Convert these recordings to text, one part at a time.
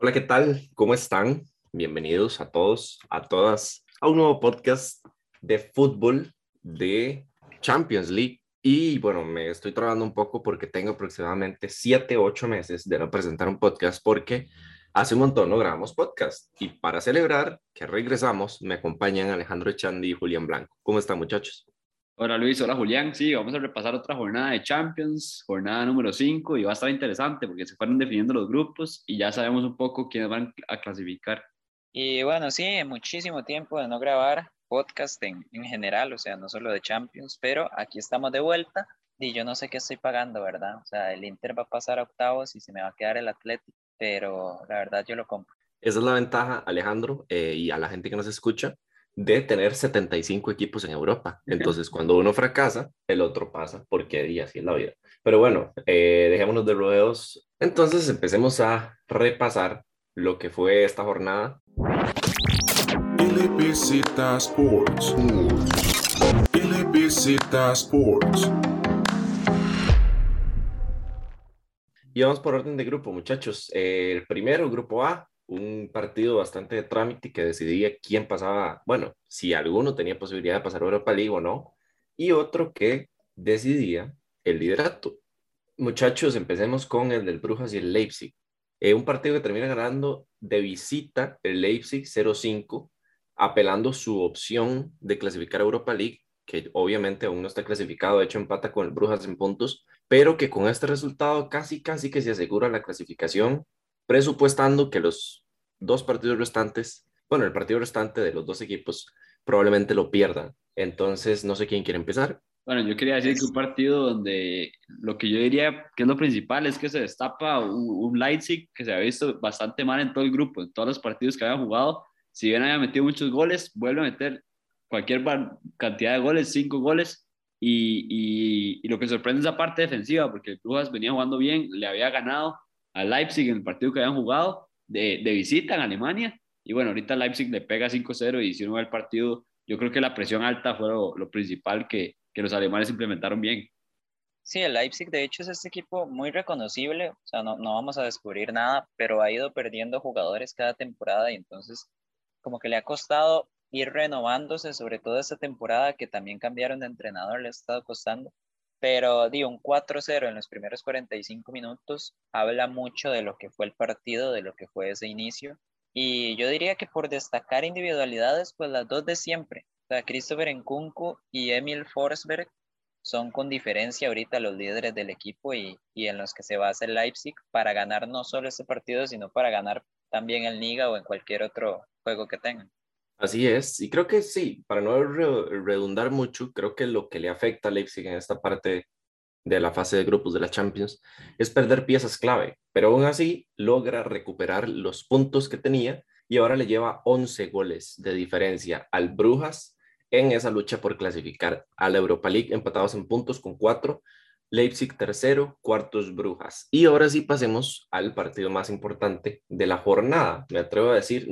Hola, ¿qué tal? ¿Cómo están? Bienvenidos a todos, a todas, a un nuevo podcast de fútbol de Champions League. Y bueno, me estoy trabando un poco porque tengo aproximadamente 7, 8 meses de no presentar un podcast porque hace un montón no grabamos podcast. Y para celebrar que regresamos, me acompañan Alejandro Echandi y Julián Blanco. ¿Cómo están, muchachos? Hola Luis, hola Julián. Sí, vamos a repasar otra jornada de Champions, jornada número 5 y va a estar interesante porque se fueron definiendo los grupos y ya sabemos un poco quiénes van a clasificar. Y bueno, sí, muchísimo tiempo de no grabar podcast en general, o sea, no solo de Champions, pero aquí estamos de vuelta y yo no sé qué estoy pagando, ¿verdad? O sea, el Inter va a pasar a octavos y se me va a quedar el Atlético, pero la verdad yo lo compro. Esa es la ventaja, Alejandro, y a la gente que nos escucha, de tener 75 equipos en Europa. Entonces, cuando uno fracasa, el otro pasa, porque y así es la vida. Pero bueno, dejémonos de rodeos. Entonces, empecemos a repasar lo que fue esta jornada. LBZ Sports. LBZ Sports. Y vamos por orden de grupo, muchachos. El primero, grupo A, un partido bastante de trámite que decidía quién pasaba, bueno, si alguno tenía posibilidad de pasar a Europa League o no, y otro que decidía el liderato. Muchachos, empecemos con el del Brujas y el Leipzig. Un partido que termina ganando de visita el Leipzig 0-5, apelando su opción de clasificar a Europa League, que obviamente aún no está clasificado, de hecho empata con el Brujas en puntos, pero que con este resultado casi que se asegura la clasificación, presupuestando que los dos partidos restantes, bueno, el partido restante de los dos equipos probablemente lo pierdan. Entonces, no sé quién quiere empezar. Bueno, yo quería decir que un partido donde lo que yo diría que es lo principal es que se destapa un Leipzig que se ha visto bastante mal en todo el grupo, en todos los partidos que había jugado. Si bien había metido muchos goles, vuelve a meter cualquier cantidad de goles, 5 goles. Y lo que sorprende es la parte defensiva, porque el Brujas venía jugando bien, le había ganado a Leipzig en el partido que habían jugado de visita en Alemania. Y bueno, ahorita Leipzig le pega 5-0 y si uno ve el partido, yo creo que la presión alta fue lo principal que los alemanes implementaron bien. Sí, el Leipzig de hecho es este equipo muy reconocible, o sea, no vamos a descubrir nada, pero ha ido perdiendo jugadores cada temporada y entonces como que le ha costado ir renovándose, sobre todo esta temporada que también cambiaron de entrenador, le ha estado costando, pero di un 4-0 en los primeros 45 minutos habla mucho de lo que fue el partido, de lo que fue ese inicio, y yo diría que por destacar individualidades, pues las dos de siempre, o sea, Christopher Nkunku y Emil Forsberg son con diferencia ahorita los líderes del equipo y en los que se basa el Leipzig para ganar no solo este partido, sino para ganar también el Liga o en cualquier otro juego que tengan. Así es, y creo que sí, para no redundar mucho, creo que lo que le afecta a Leipzig en esta parte de la fase de grupos de la Champions es perder piezas clave, pero aún así logra recuperar los puntos que tenía y ahora le lleva 11 goles de diferencia al Brujas en esa lucha por clasificar a la Europa League, empatados en puntos con 4, Leipzig tercero, cuartos Brujas. Y ahora sí pasemos al partido más importante de la jornada, me atrevo a decir,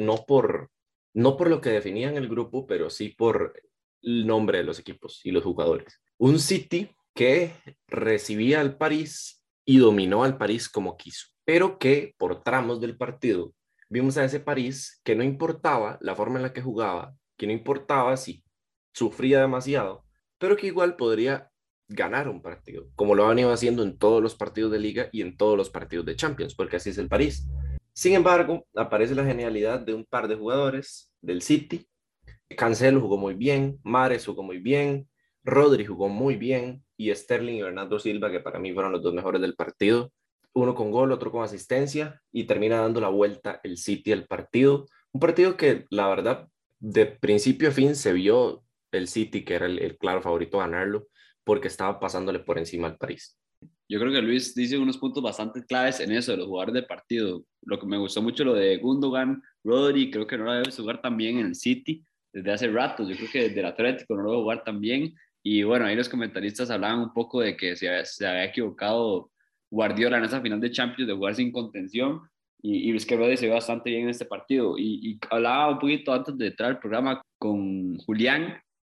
no por lo que definían el grupo, pero sí por el nombre de los equipos y los jugadores. Un City que recibía al París y dominó al París como quiso, pero que por tramos del partido vimos a ese París que no importaba la forma en la que jugaba, que no importaba si sufría demasiado, pero que igual podría ganar un partido, como lo han ido haciendo en todos los partidos de liga y en todos los partidos de Champions, porque así es el París. Sin embargo, aparece la genialidad de un par de jugadores del City. Cancelo jugó muy bien, Mahrez jugó muy bien, Rodri jugó muy bien y Sterling y Bernardo Silva, que para mí fueron los dos mejores del partido. Uno con gol, otro con asistencia y termina dando la vuelta el City al partido. Un partido que la verdad de principio a fin se vio el City, que era el claro favorito a ganarlo, porque estaba pasándole por encima al París. Yo creo que Luis dice unos puntos bastante claves en eso, de los jugadores del partido. Lo que me gustó mucho lo de Gundogan, Rodri, creo que no lo debe jugar tan bien en el City desde hace rato. Yo creo que desde el Atlético no lo debe jugar tan bien. Y bueno, ahí los comentaristas hablaban un poco de que se había equivocado Guardiola en esa final de Champions de jugar sin contención. Y es que Rodri se ve bastante bien en este partido. Y hablaba un poquito antes de entrar al programa con Julián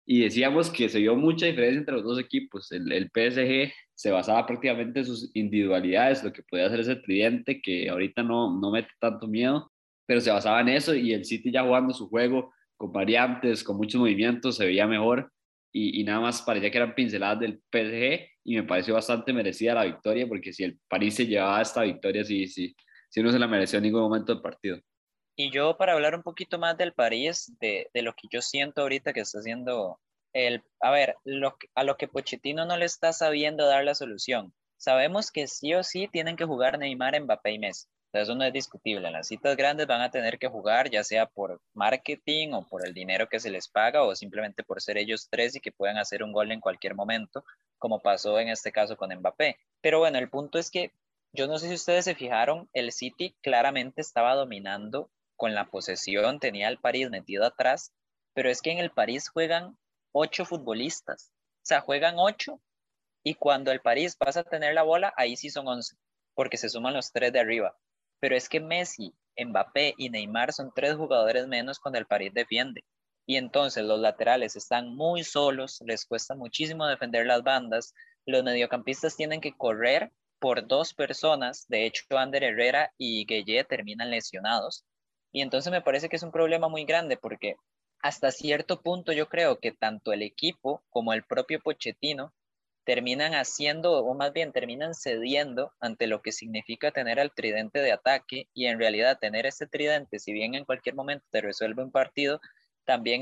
y decíamos que se vio mucha diferencia entre los dos equipos. El PSG se basaba prácticamente en sus individualidades, lo que podía hacer ese tridente que ahorita no mete tanto miedo, pero se basaba en eso, y el City ya jugando su juego con variantes, con muchos movimientos, se veía mejor, y nada más parecía que eran pinceladas del PSG, y me pareció bastante merecida la victoria, porque si el París se llevaba esta victoria, sí no se la mereció en ningún momento del partido. Y yo para hablar un poquito más del París, de lo que yo siento ahorita que está haciendo a ver, a lo que Pochettino no le está sabiendo dar la solución. Sabemos que sí o sí tienen que jugar Neymar, Mbappé y Messi. Entonces eso no es discutible. En las citas grandes van a tener que jugar, ya sea por marketing o por el dinero que se les paga o simplemente por ser ellos tres y que puedan hacer un gol en cualquier momento, como pasó en este caso con Mbappé. Pero bueno, el punto es que yo no sé si ustedes se fijaron, el City claramente estaba dominando con la posesión, tenía al París metido atrás, pero es que en el París juegan 8 futbolistas, o sea, juegan 8 y cuando el París pasa a tener la bola, ahí sí son 11, porque se suman los 3 de arriba. Pero es que Messi, Mbappé y Neymar son 3 jugadores menos cuando el París defiende. Y entonces los laterales están muy solos, les cuesta muchísimo defender las bandas, los mediocampistas tienen que correr por 2 personas, de hecho Ander Herrera y Gueye terminan lesionados. Y entonces me parece que es un problema muy grande porque hasta cierto punto yo creo que tanto el equipo como el propio Pochettino terminan haciendo, o más bien terminan cediendo ante lo que significa tener al tridente de ataque y en realidad tener este tridente, si bien en cualquier momento te resuelve un partido, también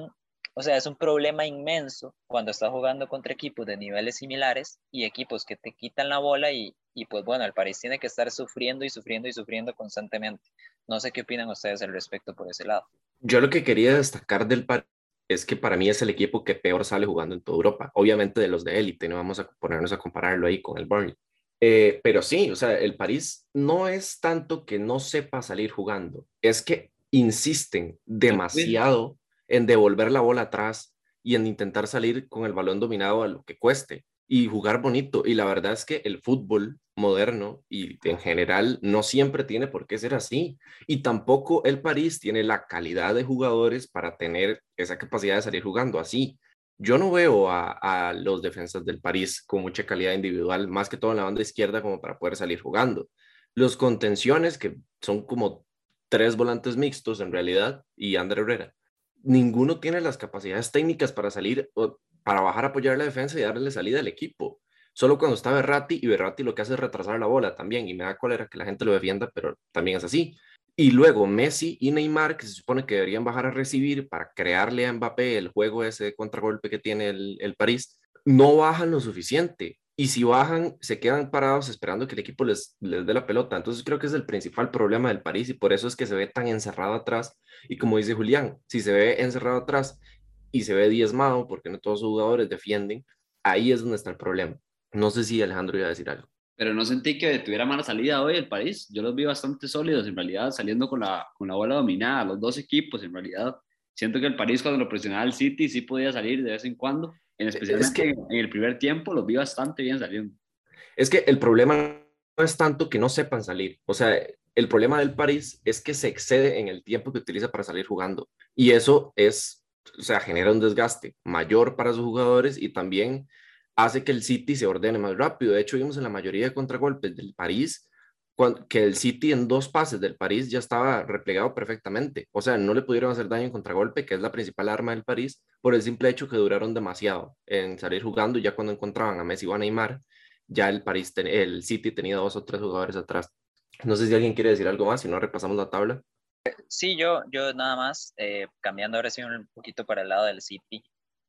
o sea, es un problema inmenso cuando estás jugando contra equipos de niveles similares y equipos que te quitan la bola y pues bueno, el París tiene que estar sufriendo y sufriendo y sufriendo constantemente. No sé qué opinan ustedes al respecto por ese lado. Yo lo que quería destacar del París es que para mí es el equipo que peor sale jugando en toda Europa. Obviamente de los de élite, no vamos a ponernos a compararlo ahí con el Burnley. Pero sí, o sea, el París no es tanto que no sepa salir jugando, es que insisten demasiado en devolver la bola atrás y en intentar salir con el balón dominado a lo que cueste y jugar bonito. Y la verdad es que el fútbol moderno y en general no siempre tiene por qué ser así. Y tampoco el París tiene la calidad de jugadores para tener esa capacidad de salir jugando así. Yo no veo a los defensas del París con mucha calidad individual, más que todo en la banda izquierda, como para poder salir jugando. Los contenciones, que son como 3 volantes mixtos en realidad, y Ander Herrera, ninguno tiene las capacidades técnicas para salir o para bajar a apoyar la defensa y darle salida al equipo. Solo cuando está Berratti, y Berratti lo que hace es retrasar la bola también, y me da cólera que la gente lo defienda, pero también es así. Y luego Messi y Neymar, que se supone que deberían bajar a recibir para crearle a Mbappé el juego ese de contragolpe que tiene el París, no bajan lo suficiente. Y si bajan, se quedan parados esperando que el equipo les dé la pelota. Entonces creo que es el principal problema del París y por eso es que se ve tan encerrado atrás. Y como dice Julián, si se ve encerrado atrás y se ve diezmado porque no todos los jugadores defienden, ahí es donde está el problema. No sé si Alejandro iba a decir algo. Pero no sentí que tuviera mala salida hoy el París. Yo los vi bastante sólidos, en realidad, saliendo con la bola dominada, los dos equipos, en realidad. Siento que el París, cuando lo presionaba el City, sí podía salir de vez en cuando, Es especialmente que, en el primer tiempo, los vi bastante bien saliendo. es que el problema no es tanto que no sepan salir. O sea, el problema del París es que se excede en el tiempo que utiliza para salir jugando. Y eso es, o sea, genera un desgaste mayor para sus jugadores y también hace que el City se ordene más rápido. De hecho, vimos en la mayoría de contragolpes del París que el City en 2 pases del París ya estaba replegado perfectamente. O sea, no le pudieron hacer daño en contragolpe, que es la principal arma del París, por el simple hecho que duraron demasiado en salir jugando. Ya cuando encontraban a Messi o a Neymar, ya el City tenía 2 o 3 jugadores atrás. No sé si alguien quiere decir algo más, si no repasamos la tabla. Sí, yo nada más, cambiando ahora sí un poquito para el lado del City,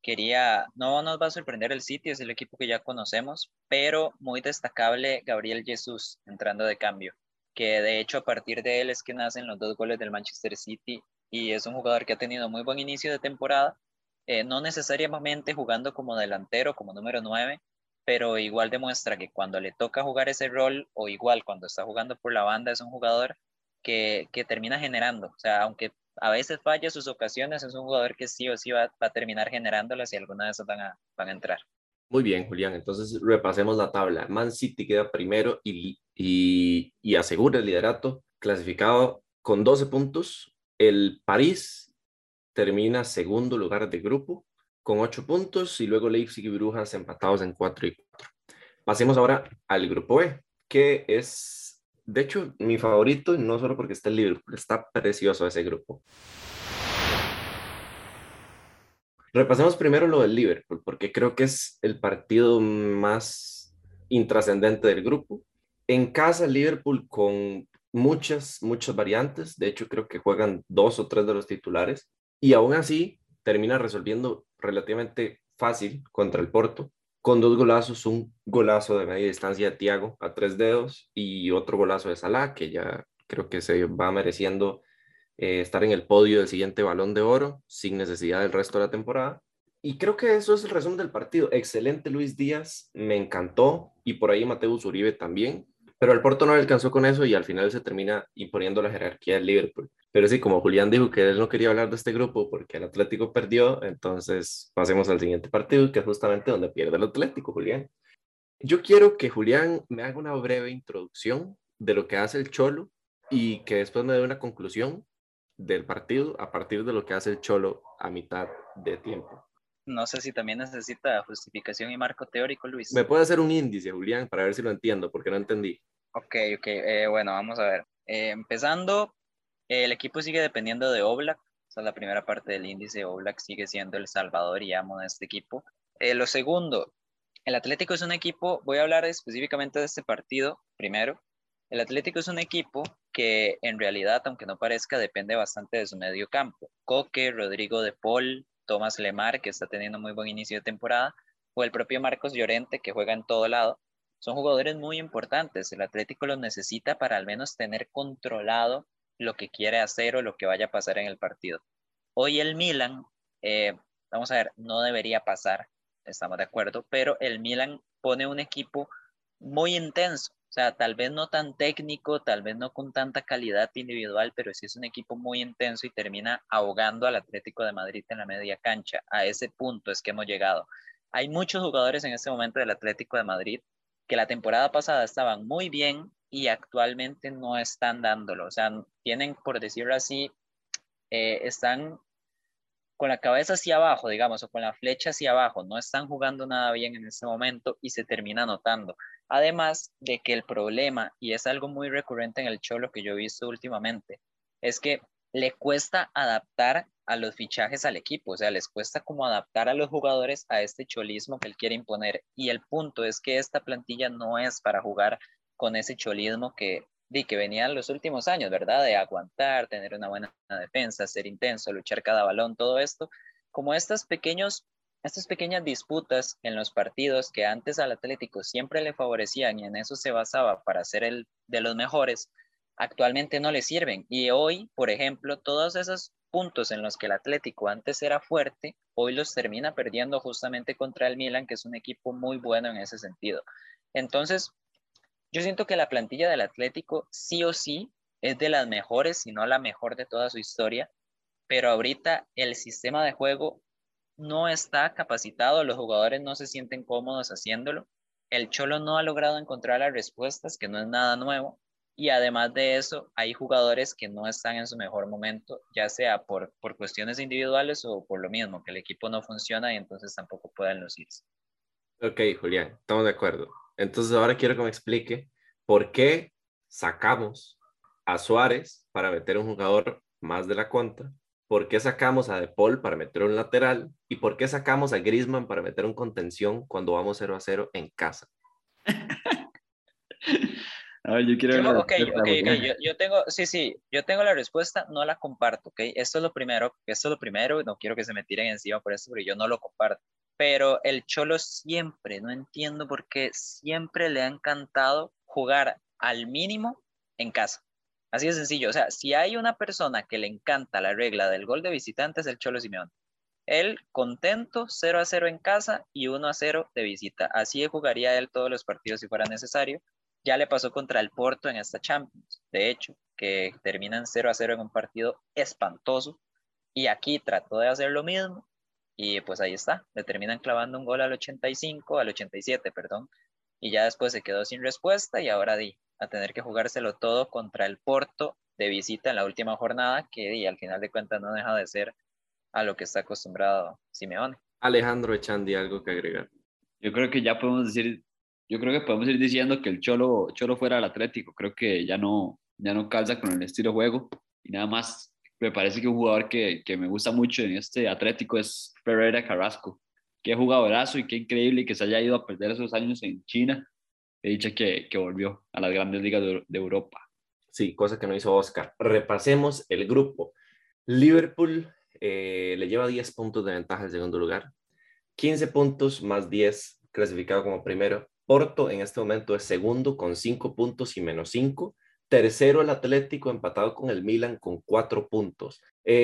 no nos va a sorprender el City, es el equipo que ya conocemos, pero muy destacable Gabriel Jesús entrando de cambio, que de hecho a partir de él es que nacen los 2 goles del Manchester City y es un jugador que ha tenido muy buen inicio de temporada, no necesariamente jugando como delantero, como número 9, pero igual demuestra que cuando le toca jugar ese rol o igual cuando está jugando por la banda es un jugador que termina generando. O sea, aunque a veces falla sus ocasiones, es un jugador que sí o sí va a terminar generándolas y alguna de esas van a entrar. Muy bien, Julián. Entonces repasemos la tabla. Man City queda primero y asegura el liderato, clasificado con 12 puntos. El París termina segundo lugar de grupo con 8 puntos y luego Leipzig y Brujas empatados en 4 y 4. Pasemos ahora al grupo E, que es, de hecho, mi favorito, no solo porque está el Liverpool, está precioso ese grupo. Repasemos primero lo del Liverpool, porque creo que es el partido más intrascendente del grupo. En casa, Liverpool con muchas variantes. De hecho, creo que juegan 2 o 3 de los titulares. Y aún así, termina resolviendo relativamente fácil contra el Porto, con 2 golazos, un golazo de media distancia de Thiago a 3 dedos y otro golazo de Salah, que ya creo que se va mereciendo estar en el podio del siguiente Balón de Oro sin necesidad del resto de la temporada. Y creo que eso es el resumen del partido. Excelente Luis Díaz, me encantó, y por ahí Mateus Uribe también, pero el Porto no le alcanzó con eso y al final se termina imponiendo la jerarquía del Liverpool. Pero sí, como Julián dijo que él no quería hablar de este grupo porque el Atlético perdió, entonces pasemos al siguiente partido, que es justamente donde pierde el Atlético, Julián. Yo quiero que Julián me haga una breve introducción de lo que hace el Cholo y que después me dé una conclusión del partido a partir de lo que hace el Cholo a mitad de tiempo. No sé si también necesita justificación y marco teórico, ¿Me Luis. puede hacer un índice, Julián, para ver si lo entiendo? Porque no entendí. Ok, bueno, vamos a ver. Empezando, el equipo sigue dependiendo de Oblak. Esa es la primera parte del índice. Oblak sigue siendo el salvador y amo de este equipo. Lo segundo, el Atlético es un equipo, voy a hablar específicamente de este partido primero. El Atlético es un equipo que en realidad, aunque no parezca, depende bastante de su medio campo. Coque, Rodrigo de Paul, Tomás Lemar, que está teniendo muy buen inicio de temporada, o el propio Marcos Llorente, que juega en todo lado. Son jugadores muy importantes. El Atlético los necesita para al menos tener controlado lo que quiere hacer o lo que vaya a pasar en el partido. Hoy el Milan, vamos a ver, no debería pasar, estamos de acuerdo, pero el Milan pone un equipo muy intenso. O sea, tal vez no tan técnico, tal vez no con tanta calidad individual, pero sí es un equipo muy intenso y termina ahogando al Atlético de Madrid en la media cancha. A ese punto es que hemos llegado. Hay muchos jugadores en este momento del Atlético de Madrid que la temporada pasada estaban muy bien y actualmente no están dándolo. O sea, tienen, por decirlo así, están con la cabeza hacia abajo, digamos, o con la flecha hacia abajo, no están jugando nada bien en este momento y se termina notando. Además de que el problema, y es algo muy recurrente en el Cholo que yo he visto últimamente, es que le cuesta adaptar a los fichajes al equipo, o sea, les cuesta como adaptar a los jugadores a este cholismo que él quiere imponer. Y el punto es que esta plantilla no es para jugar con ese cholismo que venía en los últimos años, ¿verdad? De aguantar, tener una buena defensa, ser intenso, luchar cada balón, todo esto, como estas pequeñas disputas en los partidos que antes al Atlético siempre le favorecían y en eso se basaba para ser el de los mejores, actualmente no le sirven. Y hoy, por ejemplo, todos esos puntos en los que el Atlético antes era fuerte, hoy los termina perdiendo justamente contra el Milan, que es un equipo muy bueno en ese sentido. Entonces, yo siento que la plantilla del Atlético sí o sí es de las mejores, si no la mejor de toda su historia, pero ahorita el sistema de juego no está capacitado, los jugadores no se sienten cómodos haciéndolo, el Cholo no ha logrado encontrar las respuestas, que no es nada nuevo, y además de eso hay jugadores que no están en su mejor momento, ya sea por cuestiones individuales o por lo mismo, que el equipo no funciona y entonces tampoco pueden lucirse. Ok, Julián, estamos de acuerdo. Entonces ahora quiero que me explique por qué sacamos a Suárez para meter un jugador más de la contra, por qué sacamos a De Paul para meter un lateral y por qué sacamos a Griezmann para meter un contención cuando vamos 0-0 en casa. A ver, yo quiero la Ok, respuesta, ok, Julián. yo tengo, sí, yo tengo la respuesta, no la comparto, ok, esto es lo primero, no quiero que se me tiren encima por esto, porque yo no lo comparto, pero el Cholo siempre, no entiendo por qué, siempre le ha encantado jugar al mínimo en casa, así de sencillo, o sea, si hay una persona que le encanta la regla del gol de visitante es el Cholo Simeone. Él contento, 0-0 en casa y 1-0 de visita. Así jugaría él todos los partidos si fuera necesario. Ya le pasó contra el Porto en esta Champions, de hecho, que terminan 0-0 en un partido espantoso. Y aquí trató de hacer lo mismo y pues ahí está. Le terminan clavando un gol al 85, al 87, perdón. Y ya después se quedó sin respuesta y ahora a tener que jugárselo todo contra el Porto de visita en la última jornada, que al final de cuentas no deja de ser a lo que está acostumbrado Simeone. Alejandro Echandi, ¿algo que agregar? Yo creo que ya podemos decir, yo creo que podemos ir diciendo que el Cholo fuera al Atlético. Creo que ya no calza con el estilo de juego. Y nada más, me parece que un jugador que me gusta mucho en este Atlético es Ferreira Carrasco. Qué jugadorazo y qué increíble que se haya ido a perder esos años en China. He dicho que volvió a las grandes ligas de Europa. Sí, cosa que no hizo Oscar. Repasemos el grupo. Liverpool le lleva 10 puntos de ventaja al segundo lugar. 15 puntos más 10 clasificado como primero. Porto en este momento es segundo con 5 puntos y menos 5. Tercero el Atlético empatado con el Milan con 4 puntos.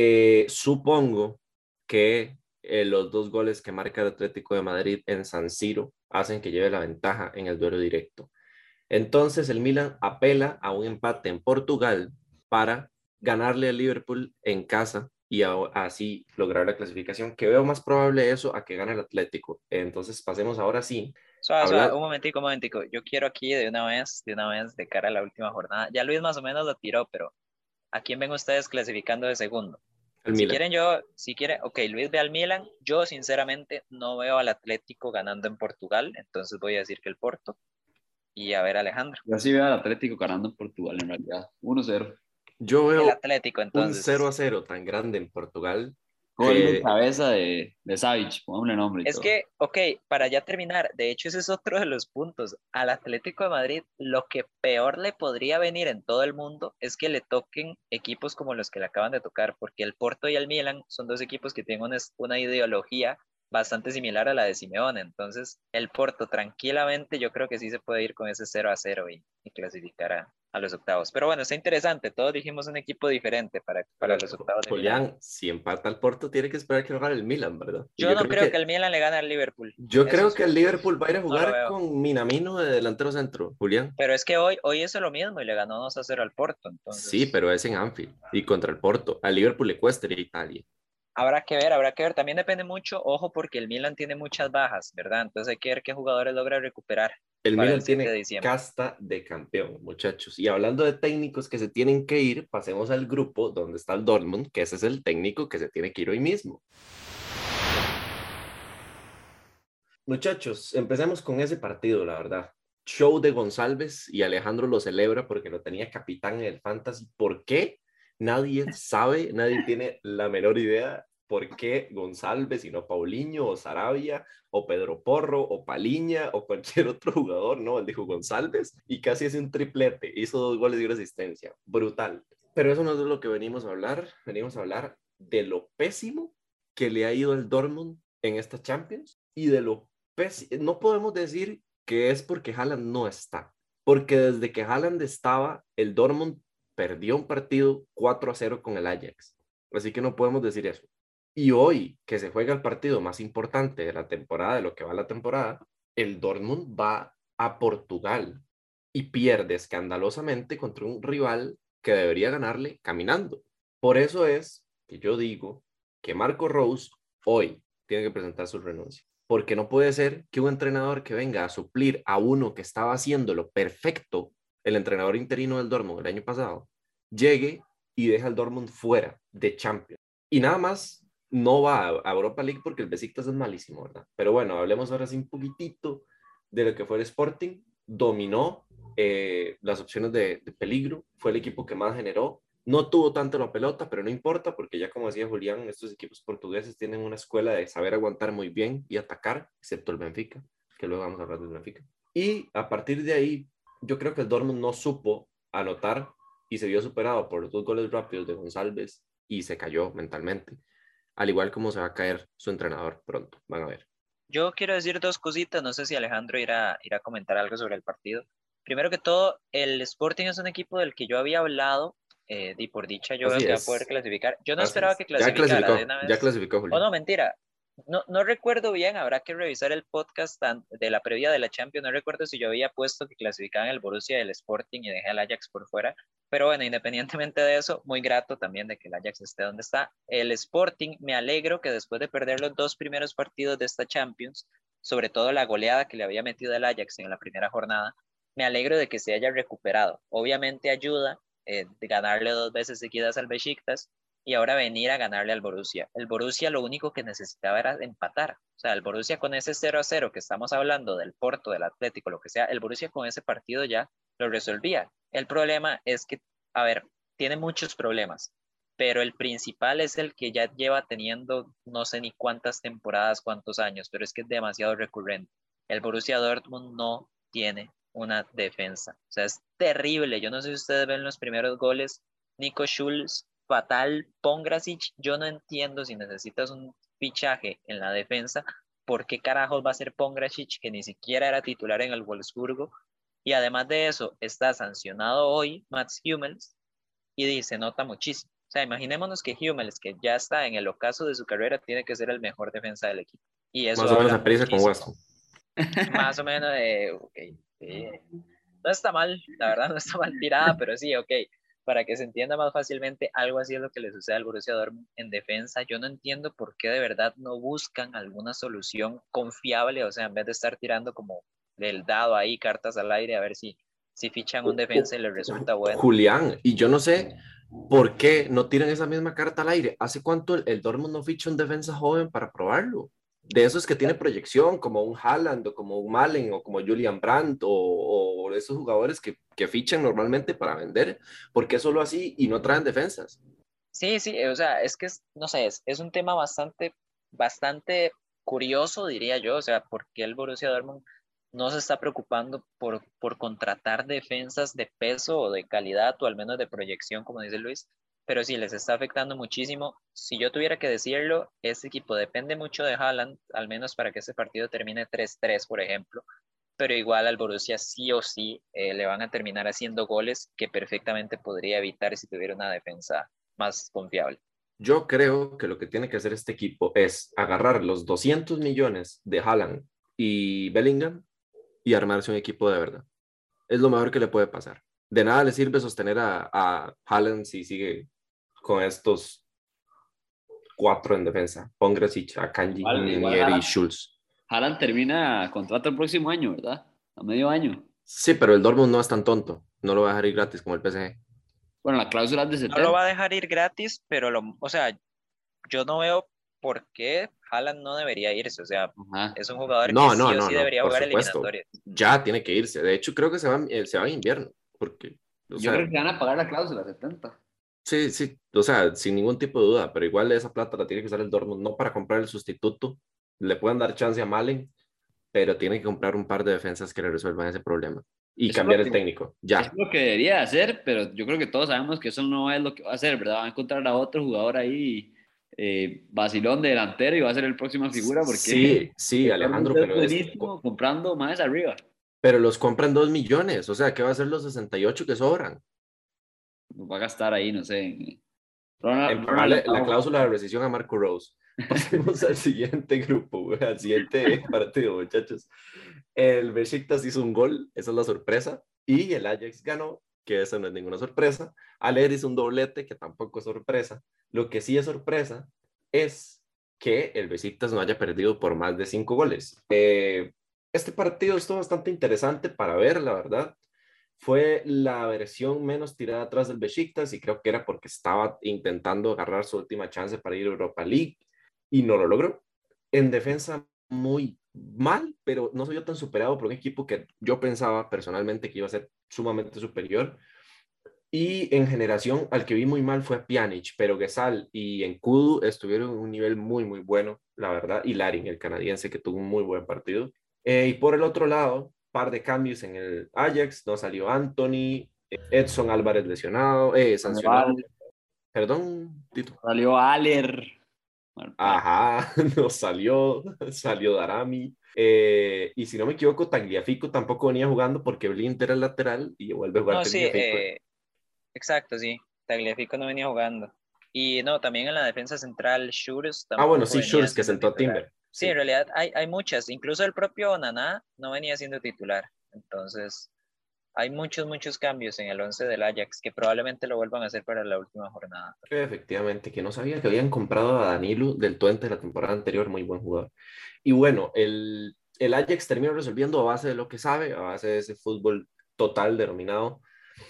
Supongo que los 2 goles que marca el Atlético de Madrid en San Siro hacen que lleve la ventaja en el duelo directo. Entonces el Milan apela a un empate en Portugal para ganarle al Liverpool en casa y así lograr la clasificación, que veo más probable eso a que gane el Atlético. Entonces pasemos ahora sí a Suave, hablar. un momentico. Yo quiero aquí de una vez, de cara a la última jornada. Ya Luis más o menos lo tiró, pero ¿a quién ven ustedes clasificando de segundo? El Si Milan. quieren si quieren, ok, Luis ve al Milan. Yo sinceramente no veo al Atlético ganando en Portugal, entonces voy a decir que el Porto. Y a ver, Alejandro. Yo sí veo al Atlético ganando en Portugal en realidad. 1-0. Yo El veo Atlético, un entonces. 0-0 tan grande en Portugal Gol de que cabeza de Savic, pongámosle nombre y Es todo. que, ok, para ya terminar, de hecho ese es otro de los puntos. Al Atlético de Madrid, lo que peor le podría venir en todo el mundo es que le toquen equipos como los que le acaban de tocar, porque el Porto y el Milan son dos equipos que tienen una ideología bastante similar a la de Simeone. Entonces, el Porto tranquilamente yo creo que sí se puede ir con ese 0-0 y clasificar a los octavos. Pero bueno, está interesante. Todos dijimos un equipo diferente para pero, los octavos de final. Julián, si empata el Porto, tiene que esperar que lo gane el Milan, ¿verdad? Y Yo no creo que el Milan le gane al Liverpool. yo Eso creo sí, que el Liverpool va a ir a no lo jugar veo. con Minamino de delantero centro, Julián. Pero es que hoy hizo lo mismo y le ganó 2-0 al Porto. Sí, Entonces, pero es en Anfield y contra el Porto. Al Liverpool le cuesta ir a Italia. habrá que ver, habrá que ver. También depende mucho, ojo, porque el Milan tiene muchas bajas, ¿verdad? Entonces hay que ver qué jugadores logra recuperar El para el Milan 7 de tiene diciembre. casta de campeón, muchachos. Y hablando de técnicos que se tienen que ir, pasemos al grupo donde está el Dortmund, que ese es el técnico que se tiene que ir hoy mismo. Muchachos, empecemos con ese partido, la verdad. Show de González y Alejandro lo celebra porque lo tenía capitán en el Fantasy. ¿Por qué? Nadie sabe, nadie tiene la menor idea por qué González y no Paulinho o Sarabia o Pedro Porro o Paliña o cualquier otro jugador, ¿no? Él dijo González y casi hace un triplete, hizo 2 goles y una asistencia. Brutal. Pero eso no es de lo que venimos a hablar de lo pésimo que le ha ido el Dortmund en esta Champions y de lo no podemos decir que es porque Haaland no está, porque desde que Haaland estaba, el Dortmund perdió un partido 4-0 con el Ajax, así que no podemos decir eso. Y hoy, que se juega el partido más importante de la temporada, de lo que va la temporada, el Dortmund va a Portugal y pierde escandalosamente contra un rival que debería ganarle caminando. Por eso es que yo digo que Marco Rose hoy tiene que presentar su renuncia, porque no puede ser que un entrenador que venga a suplir a uno que estaba haciéndolo perfecto, el entrenador interino del Dortmund el año pasado, llegue y deja al Dortmund fuera de Champions. Y nada más no va a Europa League porque el Besiktas es malísimo, ¿verdad? Pero bueno, hablemos ahora sí un poquitito de lo que fue el Sporting. Dominó las opciones de peligro, fue el equipo que más generó, no tuvo tanto la pelota, pero no importa, porque ya como decía Julián, estos equipos portugueses tienen una escuela de saber aguantar muy bien y atacar, excepto el Benfica, que luego vamos a hablar del Benfica. Y a partir de ahí, yo creo que el Dortmund no supo anotar y se vio superado por los 2 goles rápidos de González y se cayó mentalmente, al igual como se va a caer su entrenador pronto, van a ver. Yo quiero decir dos cositas, no sé si Alejandro irá a comentar algo sobre el partido. Primero que todo, el Sporting es un equipo del que yo había hablado, y por dicha yo veo Así que va a poder es, clasificar. Yo no así esperaba es. que clasificara de una Ya vez. clasificó O Julián. no, mentira. No recuerdo bien, habrá que revisar el podcast de la previa de la Champions. No recuerdo si yo había puesto que clasificaban el Borussia y el Sporting y dejé al Ajax por fuera. Pero bueno, independientemente de eso, muy grato también de que el Ajax esté donde está. El Sporting, me alegro que después de perder los 2 primeros partidos de esta Champions, sobre todo la goleada que le había metido el Ajax en la primera jornada, me alegro de que se haya recuperado. Obviamente ayuda de ganarle 2 veces seguidas al Besiktas, y ahora venir a ganarle al Borussia. El Borussia lo único que necesitaba era empatar. O sea, el Borussia con ese 0-0 que estamos hablando del Porto, del Atlético, lo que sea, el Borussia con ese partido ya lo resolvía. El problema es que, a ver, tiene muchos problemas, pero el principal es el que ya lleva teniendo no sé ni cuántas temporadas, cuántos años, pero es que es demasiado recurrente. El Borussia Dortmund no tiene una defensa. O sea, es terrible. Yo no sé si ustedes ven los primeros goles. Nico Schulz, fatal. Pongracic, yo no entiendo si necesitas un fichaje en la defensa, ¿por qué carajos va a ser Pongracic, que ni siquiera era titular en el Wolfsburgo? Y además de eso, está sancionado hoy Mats Hummels y se nota muchísimo. O sea, imaginémonos que Hummels, que ya está en el ocaso de su carrera, tiene que ser el mejor defensa del equipo. Y eso Más o menos habla a perisa con muchísimo. Weston. Más o menos de, ok, sí. No está mal, la verdad no está mal tirada, pero sí, ok, para que se entienda más fácilmente, algo así es lo que le sucede al Borussia Dortmund en defensa. Yo no entiendo por qué de verdad no buscan alguna solución confiable, o sea, en vez de estar tirando como del dado ahí, cartas al aire, a ver si fichan un defensa y les resulta bueno. Julián, y yo no sé por qué no tiran esa misma carta al aire. ¿Hace cuánto el Dortmund no ficha un defensa joven para probarlo? De esos que tiene proyección, como un Haaland o como un Malen o como Julian Brandt o esos jugadores que fichan normalmente para vender. ¿Por qué solo así y no traen defensas? Sí, sí, o sea, es que, no sé, es un tema bastante curioso, diría yo, o sea, ¿por qué el Borussia Dortmund no se está preocupando por contratar defensas de peso o de calidad o al menos de proyección, como dice Luis? Pero sí, les está afectando muchísimo. Si yo tuviera que decirlo, este equipo depende mucho de Haaland, al menos para que ese partido termine 3-3, por ejemplo, pero igual al Borussia sí o sí le van a terminar haciendo goles que perfectamente podría evitar si tuviera una defensa más confiable. Yo creo que lo que tiene que hacer este equipo es agarrar los 200 millones de Haaland y Bellingham y armarse un equipo de verdad. Es lo mejor que le puede pasar. De nada le sirve sostener a Haaland si sigue con estos cuatro en defensa. Pongracic, Akanji, Igual Meunier y Schulz. Haaland termina contrato el próximo año, ¿verdad? A medio año. Sí, pero el Dortmund no es tan tonto. No lo va a dejar ir gratis como el PSG. Bueno, la cláusula es de No lo 70. va a dejar ir gratis, pero o sea, yo no veo por qué Haaland no debería irse. O sea, Ajá. es un jugador que No, no, sí o no, sí no, debería por jugar supuesto. eliminatorias. Ya tiene que irse. De hecho, creo que se va en invierno. Porque, o Yo creo sea, que van a pagar la cláusula 70. sí, sí, o sea, sin ningún tipo de duda, pero igual esa plata la tiene que usar el Dortmund, no para comprar el sustituto. Le pueden dar chance a Malen, pero tiene que comprar un par de defensas que le resuelvan ese problema y Eso es lo cambiar el que, técnico, eso es ya. lo que debería hacer, pero yo creo que todos sabemos que eso no es lo que va a hacer, ¿verdad? Va a encontrar a otro jugador ahí, vacilón de delantero y va a ser el próxima figura porque Sí, sí, el Alejandro, Dortmund es buenísimo comprando más arriba. pero los compran 2 millones, o sea, ¿qué va a hacer los 68 que sobran? Nos va a gastar ahí, no sé. En Ronald pagarle la Araujo. cláusula de rescisión a Marco Rose. Pasemos al siguiente grupo, güey, al siguiente partido, muchachos. El Besiktas hizo un gol, esa es la sorpresa, y el Ajax ganó, que eso no es ninguna sorpresa. Aller hizo un doblete, que tampoco es sorpresa. Lo que sí es sorpresa es que el Besiktas no haya perdido por más de 5 goles. Este partido estuvo bastante interesante para ver, la verdad. Fue la versión menos tirada atrás del Besiktas y creo que era porque estaba intentando agarrar su última chance para ir a Europa League y no lo logró. En defensa muy mal, pero no soy yo tan superado por un equipo que yo pensaba personalmente que iba a ser sumamente superior. Y en generación, al que vi muy mal fue a Pjanic, pero Gesal y Enkudu estuvieron en un nivel muy, muy bueno, la verdad. Y Larin, el canadiense, que tuvo un muy buen partido. Y por el otro lado, par de cambios en el Ajax, no salió Anthony, Edson Álvarez lesionado, sancionado, perdón, Tito. Salió Aller. Ajá, no salió, salió Darami. Y si no me equivoco, Tagliafico tampoco venía jugando porque Blind era el lateral y vuelve a jugar No, sí, Tagliafico. exacto, sí. Tagliafico no venía jugando. Y no, también en la defensa central, Schurz Ah, bueno, tampoco sí, venía Schulz que siendo sentó a titular. Timber, Sí, en sí. realidad hay muchas. Incluso el propio Naná no venía siendo titular. Entonces, hay muchos cambios en el 11 del Ajax que probablemente lo vuelvan a hacer para la última jornada. Efectivamente, que no sabía que habían comprado a Danilo del Twente de la temporada anterior, muy buen jugador. Y bueno, el Ajax terminó resolviendo a base de lo que sabe, a base de ese fútbol total denominado.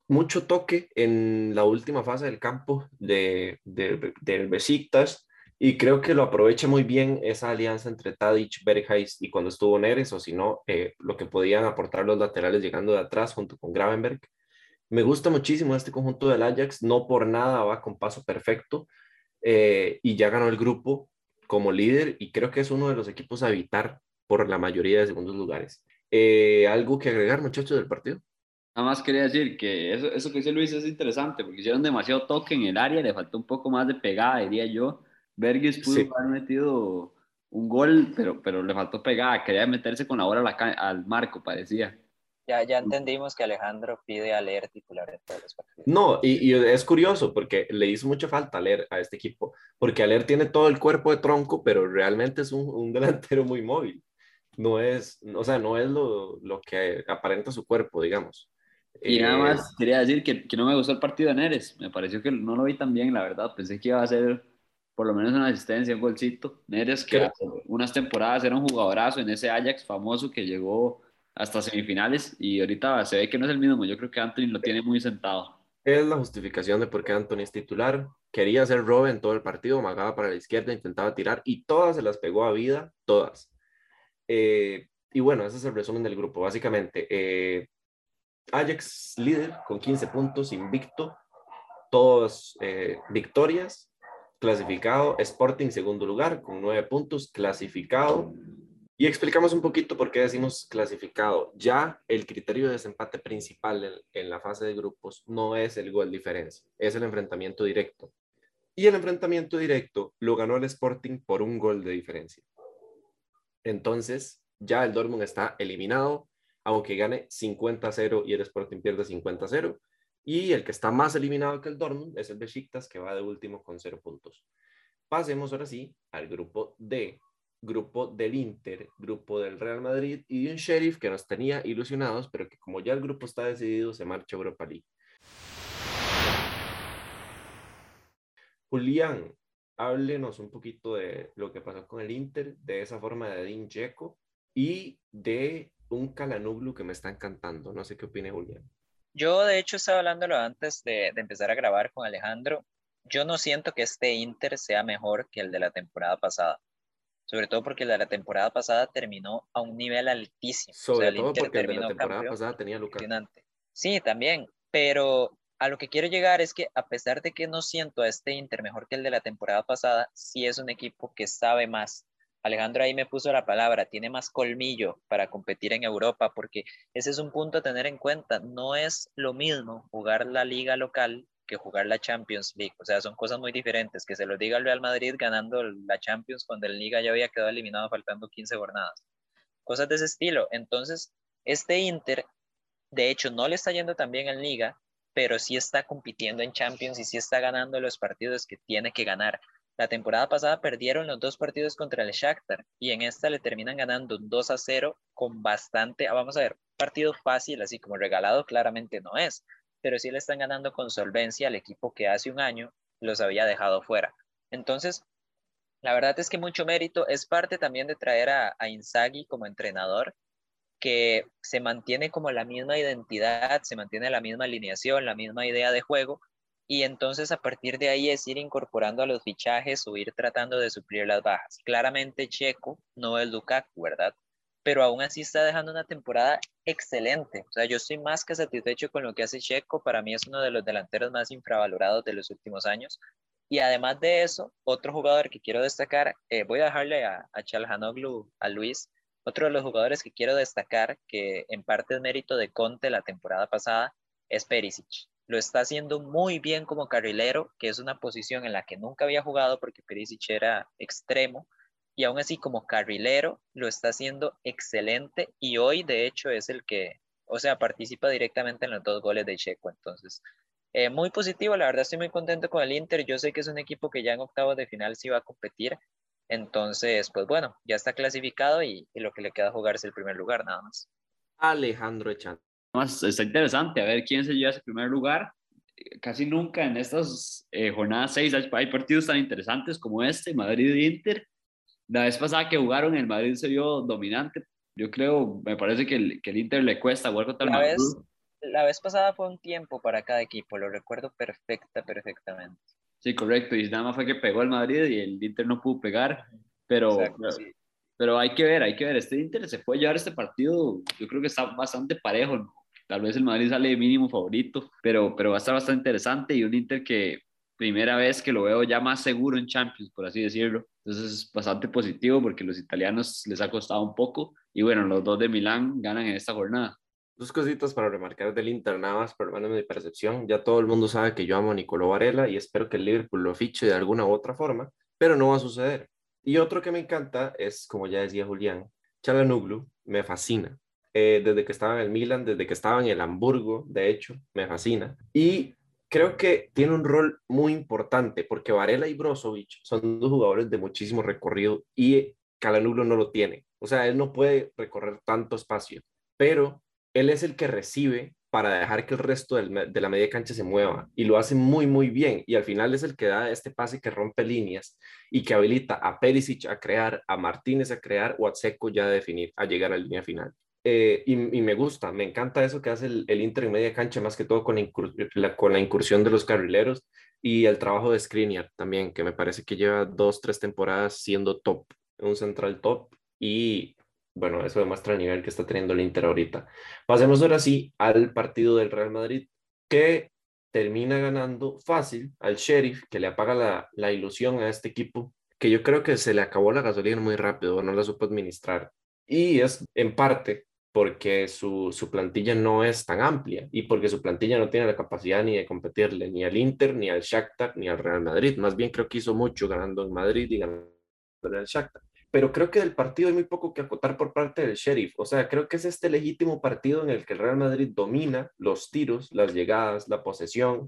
mucho toque en la última fase del campo del Besiktas y creo que lo aprovecha muy bien esa alianza entre Tadic, Berghuis y cuando estuvo Neres, o si no, lo que podían aportar los laterales llegando de atrás junto con Gravenberg. Me gusta muchísimo este conjunto del Ajax, no por nada va con paso perfecto y ya ganó el grupo como líder y creo que es uno de los equipos a evitar por la mayoría de segundos lugares. ¿Algo que agregar, muchachos, del partido? Nada más quería decir que eso que dice Luis es interesante, porque hicieron demasiado toque en el área, le faltó un poco más de pegada, diría yo. Bergis pudo Sí, haber metido un gol, pero le faltó pegada, quería meterse con la bola al marco, parecía. Ya entendimos que Alejandro pide a leer titular en todos los partidos. no, y es curioso porque le hizo mucha falta a Aller a este equipo, porque Aller tiene todo el cuerpo de tronco, pero realmente es un delantero muy móvil. No es, o sea, no es lo que aparenta su cuerpo, digamos. Y nada Eh, más quería decir que no me gustó el partido de Neres, me pareció que no lo vi tan bien, la verdad, pensé que iba a ser por lo menos una asistencia, un golcito. Neres, que creo, hace unas temporadas era un jugadorazo en ese Ajax famoso que llegó hasta semifinales y ahorita se ve que no es el mismo, yo creo que Anthony lo tiene muy sentado. es la justificación de por qué Anthony es titular. Quería hacer Robben todo el partido, amagaba para la izquierda, intentaba tirar y todas se las pegó a vida, todas. Y bueno, ese es el resumen del grupo. Básicamente, Ajax líder con 15 puntos, invicto, todas victorias, clasificado. Sporting segundo lugar con 9 puntos, clasificado. Y explicamos un poquito por qué decimos clasificado. Ya el criterio de desempate principal en la fase de grupos no es el gol diferencia, es el enfrentamiento directo. Y el enfrentamiento directo lo ganó el Sporting por un gol de diferencia. Entonces, ya el Dortmund está eliminado, aunque gane 50-0 y el Sporting pierde 50-0. Y el que está más eliminado que el Dortmund es el Besiktas, que va de último con 0 puntos. Pasemos ahora sí al grupo D, grupo del Inter, grupo del Real Madrid y de un Sheriff que nos tenía ilusionados, pero que como ya el grupo está decidido, se marcha a Europa League. Julián, háblenos un poquito de lo que pasó con el Inter, de esa forma de Edin Dzeko y de un Calhanoglu que me está encantando. No sé qué opine Julián. Yo, de hecho, estaba hablándolo antes de empezar a grabar con Alejandro. Yo no siento que este Inter sea mejor que el de la temporada pasada, sobre todo porque el de la temporada pasada terminó a un nivel altísimo. O sea, Sobre el todo Inter porque el de la terminó temporada campeón, pasada tenía a Lukaku. impresionante. Sí, también, pero a lo que quiero llegar es que a pesar de que no siento a este Inter mejor que el de la temporada pasada, sí es un equipo que sabe más. Alejandro ahí me puso la palabra, tiene más colmillo para competir en Europa, porque ese es un punto a tener en cuenta. No es lo mismo jugar la liga local que jugar la Champions League. O sea, son cosas muy diferentes. Que se lo diga el Real Madrid ganando la Champions cuando el Liga ya había quedado eliminado faltando 15 jornadas. Cosas de ese estilo. Entonces, este Inter de hecho, no le está yendo tan bien en Liga, pero sí está compitiendo en Champions y sí está ganando los partidos que tiene que ganar. La temporada pasada perdieron los dos partidos contra el Shakhtar y en esta le terminan ganando 2-0 con bastante, vamos a ver, partido fácil, así como regalado claramente no es, pero sí le están ganando con solvencia al equipo que hace un año los había dejado fuera. Entonces, la verdad es que mucho mérito es parte también de traer a Inzaghi como entrenador que se mantiene como la misma identidad, se mantiene la misma alineación, la misma idea de juego, y entonces a partir de ahí es ir incorporando a los fichajes o ir tratando de suplir las bajas. Claramente Checo no es Lukaku, ¿verdad? Pero aún así está dejando una temporada excelente. O sea, yo estoy más que satisfecho con lo que hace Checo. Para mí es uno de los delanteros más infravalorados de los últimos años. Y además de eso, otro jugador que quiero destacar, voy a dejarle a Çalhanoğlu, a Luis, otro de los jugadores que quiero destacar, que en parte es mérito de Conte la temporada pasada, es Perisic. Lo está haciendo muy bien como carrilero, que es una posición en la que nunca había jugado porque Perisic era extremo, y aún así como carrilero lo está haciendo excelente y hoy de hecho es el que, o sea, participa directamente en los dos goles de Checo. Entonces, muy positivo, la verdad estoy muy contento con el Inter. Yo sé que es un equipo que ya en octavos de final sí va a competir, entonces, pues bueno, ya está clasificado y lo que le queda jugar es el primer lugar, nada más. Alejandro Echan. Además, está interesante a ver quién se lleva ese primer lugar. Casi nunca en estas jornadas 6 hay partidos tan interesantes como este, Madrid e Inter. La vez pasada que jugaron, el Madrid se vio dominante. Yo creo, me parece que el Inter le cuesta jugar contra el La vez, Madrid. La vez pasada fue un tiempo para cada equipo, lo recuerdo perfectamente. Sí, correcto, y nada más fue que pegó el Madrid y el Inter no pudo pegar, pero, Exacto, sí. pero hay que ver, este Inter se puede llevar este partido, yo creo que está bastante parejo, ¿no? Tal vez el Madrid sale de mínimo favorito, pero va a estar bastante interesante y un Inter que primera vez que lo veo ya más seguro en Champions, por así decirlo, entonces es bastante positivo porque los italianos les ha costado un poco y bueno, los dos de Milán ganan en esta jornada. Dos cositas para remarcar del Inter, nada más, por lo menos mi percepción. Ya todo el mundo sabe que yo amo a Nicolò Varela y espero que el Liverpool lo fiche de alguna u otra forma, pero no va a suceder. Y otro que me encanta es, como ya decía Julián, Çalhanoğlu, me fascina. Desde que estaba en el Milan, desde que estaba en el Hamburgo, de hecho, me fascina. Y creo que tiene un rol muy importante porque Varela y Brozovic son dos jugadores de muchísimo recorrido y Çalhanoğlu no lo tiene. O sea, él no puede recorrer tanto espacio, pero él es el que recibe para dejar que el resto de la media cancha se mueva y lo hace muy, muy bien. Y al final es el que da este pase que rompe líneas y que habilita a Perisic a crear, a Martínez a crear o a Dzeko ya a definir, a llegar a la línea final. Y me gusta, me encanta eso que hace el Inter en media cancha, más que todo con la incursión de los carrileros y el trabajo de Skriniar también, que me parece que lleva 2, 3 temporadas siendo top, un central top y bueno, eso demuestra el nivel que está teniendo el Inter ahorita. Pasemos ahora sí al partido del Real Madrid, que termina ganando fácil al Sheriff, que le apaga la ilusión a este equipo, que yo creo que se le acabó la gasolina muy rápido, no la supo administrar. Y es en parte porque su plantilla no es tan amplia y porque su plantilla no tiene la capacidad ni de competirle ni al Inter, ni al Shakhtar, ni al Real Madrid. Más bien creo que hizo mucho ganando en Madrid y ganando en el Shakhtar, pero creo que del partido hay muy poco que acotar por parte del Sheriff. O sea, creo que es este legítimo partido en el que el Real Madrid domina los tiros, las llegadas, la posesión.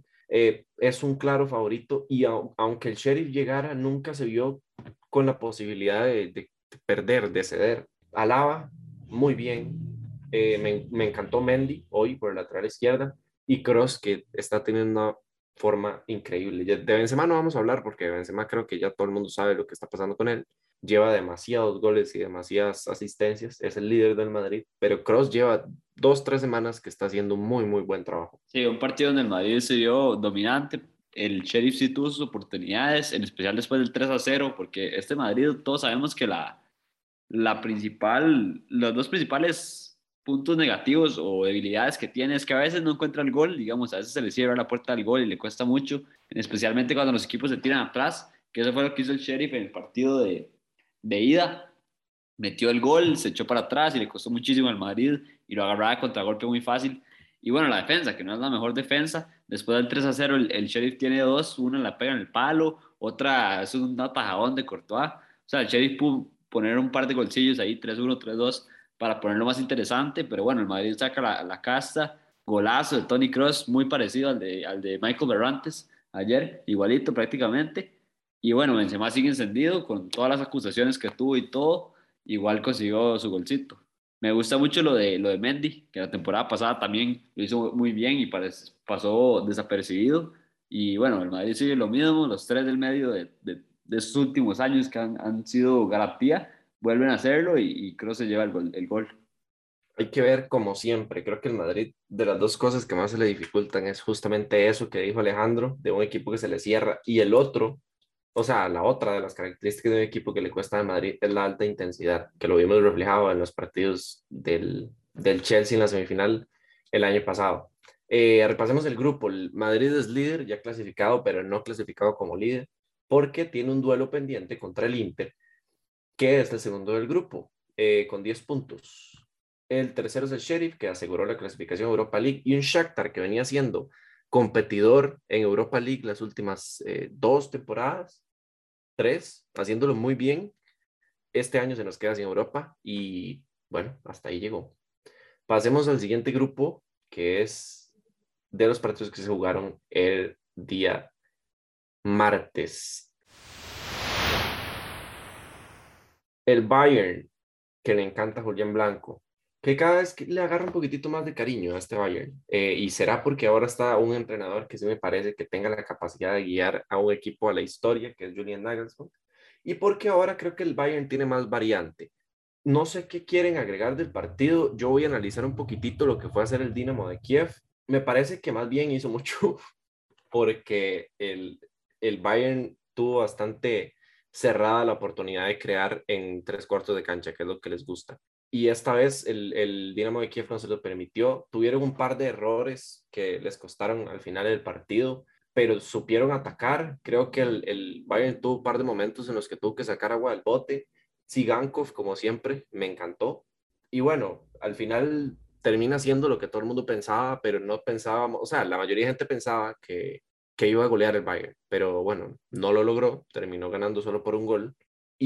Es un claro favorito y aunque el Sheriff llegara, nunca se vio con la posibilidad de perder, de ceder. Alaba, muy bien. Me encantó Mendy hoy por el lateral izquierda y Kroos que está teniendo una forma increíble. De Benzema no vamos a hablar porque Benzema creo que ya todo el mundo sabe lo que está pasando con él, lleva demasiados goles y demasiadas asistencias, es el líder del Madrid, pero Kroos lleva 2, 3 semanas que está haciendo un muy, muy buen trabajo. Sí, un partido donde el Madrid se vio dominante. El Sheriff sí tuvo sus oportunidades, en especial después del 3-0, porque este Madrid, todos sabemos que los dos principales puntos negativos o debilidades que tiene es que a veces no encuentra el gol, digamos, a veces se le cierra la puerta del gol y le cuesta mucho, especialmente cuando los equipos se tiran atrás, que eso fue lo que hizo el Sheriff en el partido de ida. Metió el gol, se echó para atrás y le costó muchísimo al Madrid y lo agarraba de contragolpe muy fácil. Y bueno, la defensa, que no es la mejor defensa, después del 3-0 el Sheriff tiene dos, una la pega en el palo, otra es un atajadón de Courtois. O sea, el Sheriff pudo poner un par de golcillos ahí, 3-1, 3-2, para ponerlo más interesante, pero bueno, el Madrid saca la casta, golazo de Toni Kroos, muy parecido al de Michael Barrantes ayer, igualito prácticamente. Y bueno, Benzema sigue encendido con todas las acusaciones que tuvo y todo, igual consiguió su golcito. Me gusta mucho lo de Mendy, que la temporada pasada también lo hizo muy bien y pasó desapercibido. Y bueno, el Madrid sigue lo mismo, los tres del medio de estos últimos años que han sido garantía, vuelven a hacerlo y creo se lleva el gol. Hay que ver como siempre, creo que el Madrid de las dos cosas que más se le dificultan es justamente eso que dijo Alejandro, de un equipo que se le cierra y el otro. O sea, la otra de las características de un equipo que le cuesta a Madrid es la alta intensidad, que lo vimos reflejado en los partidos del Chelsea en la semifinal el año pasado. Repasemos el grupo. El Madrid es líder, ya clasificado, pero no clasificado como líder, porque tiene un duelo pendiente contra el Inter, que es el segundo del grupo, con 10 puntos. El tercero es el Sheriff, que aseguró la clasificación a Europa League, y un Shakhtar que venía siendo competidor en Europa League las últimas 2 temporadas, 3, haciéndolo muy bien. Este año se nos queda sin Europa y bueno, hasta ahí llegó. Pasemos al siguiente grupo, que es de los partidos que se jugaron el día martes. El Bayern, que le encanta a Julián Blanco, que cada vez que le agarra un poquitito más de cariño a este Bayern, y será porque ahora está un entrenador que sí me parece que tenga la capacidad de guiar a un equipo a la historia, que es Julian Nagelsmann, y porque ahora creo que el Bayern tiene más variante. No sé qué quieren agregar del partido. Yo voy a analizar un poquitito lo que fue hacer el Dinamo de Kiev Me parece que más bien hizo mucho porque el Bayern tuvo bastante cerrada la oportunidad de crear en 3 cuartos de cancha, que es lo que les gusta. Y esta vez el Dinamo de Kiev no se lo permitió. Tuvieron un par de errores que les costaron al final del partido, pero supieron atacar. Creo que el Bayern tuvo un par de momentos en los que tuvo que sacar agua del bote. Sigankov, como siempre, me encantó. Y bueno, al final termina siendo lo que todo el mundo pensaba, pero no pensábamos, o sea, la mayoría de gente pensaba que iba a golear el Bayern, pero bueno, no lo logró, terminó ganando solo por un gol.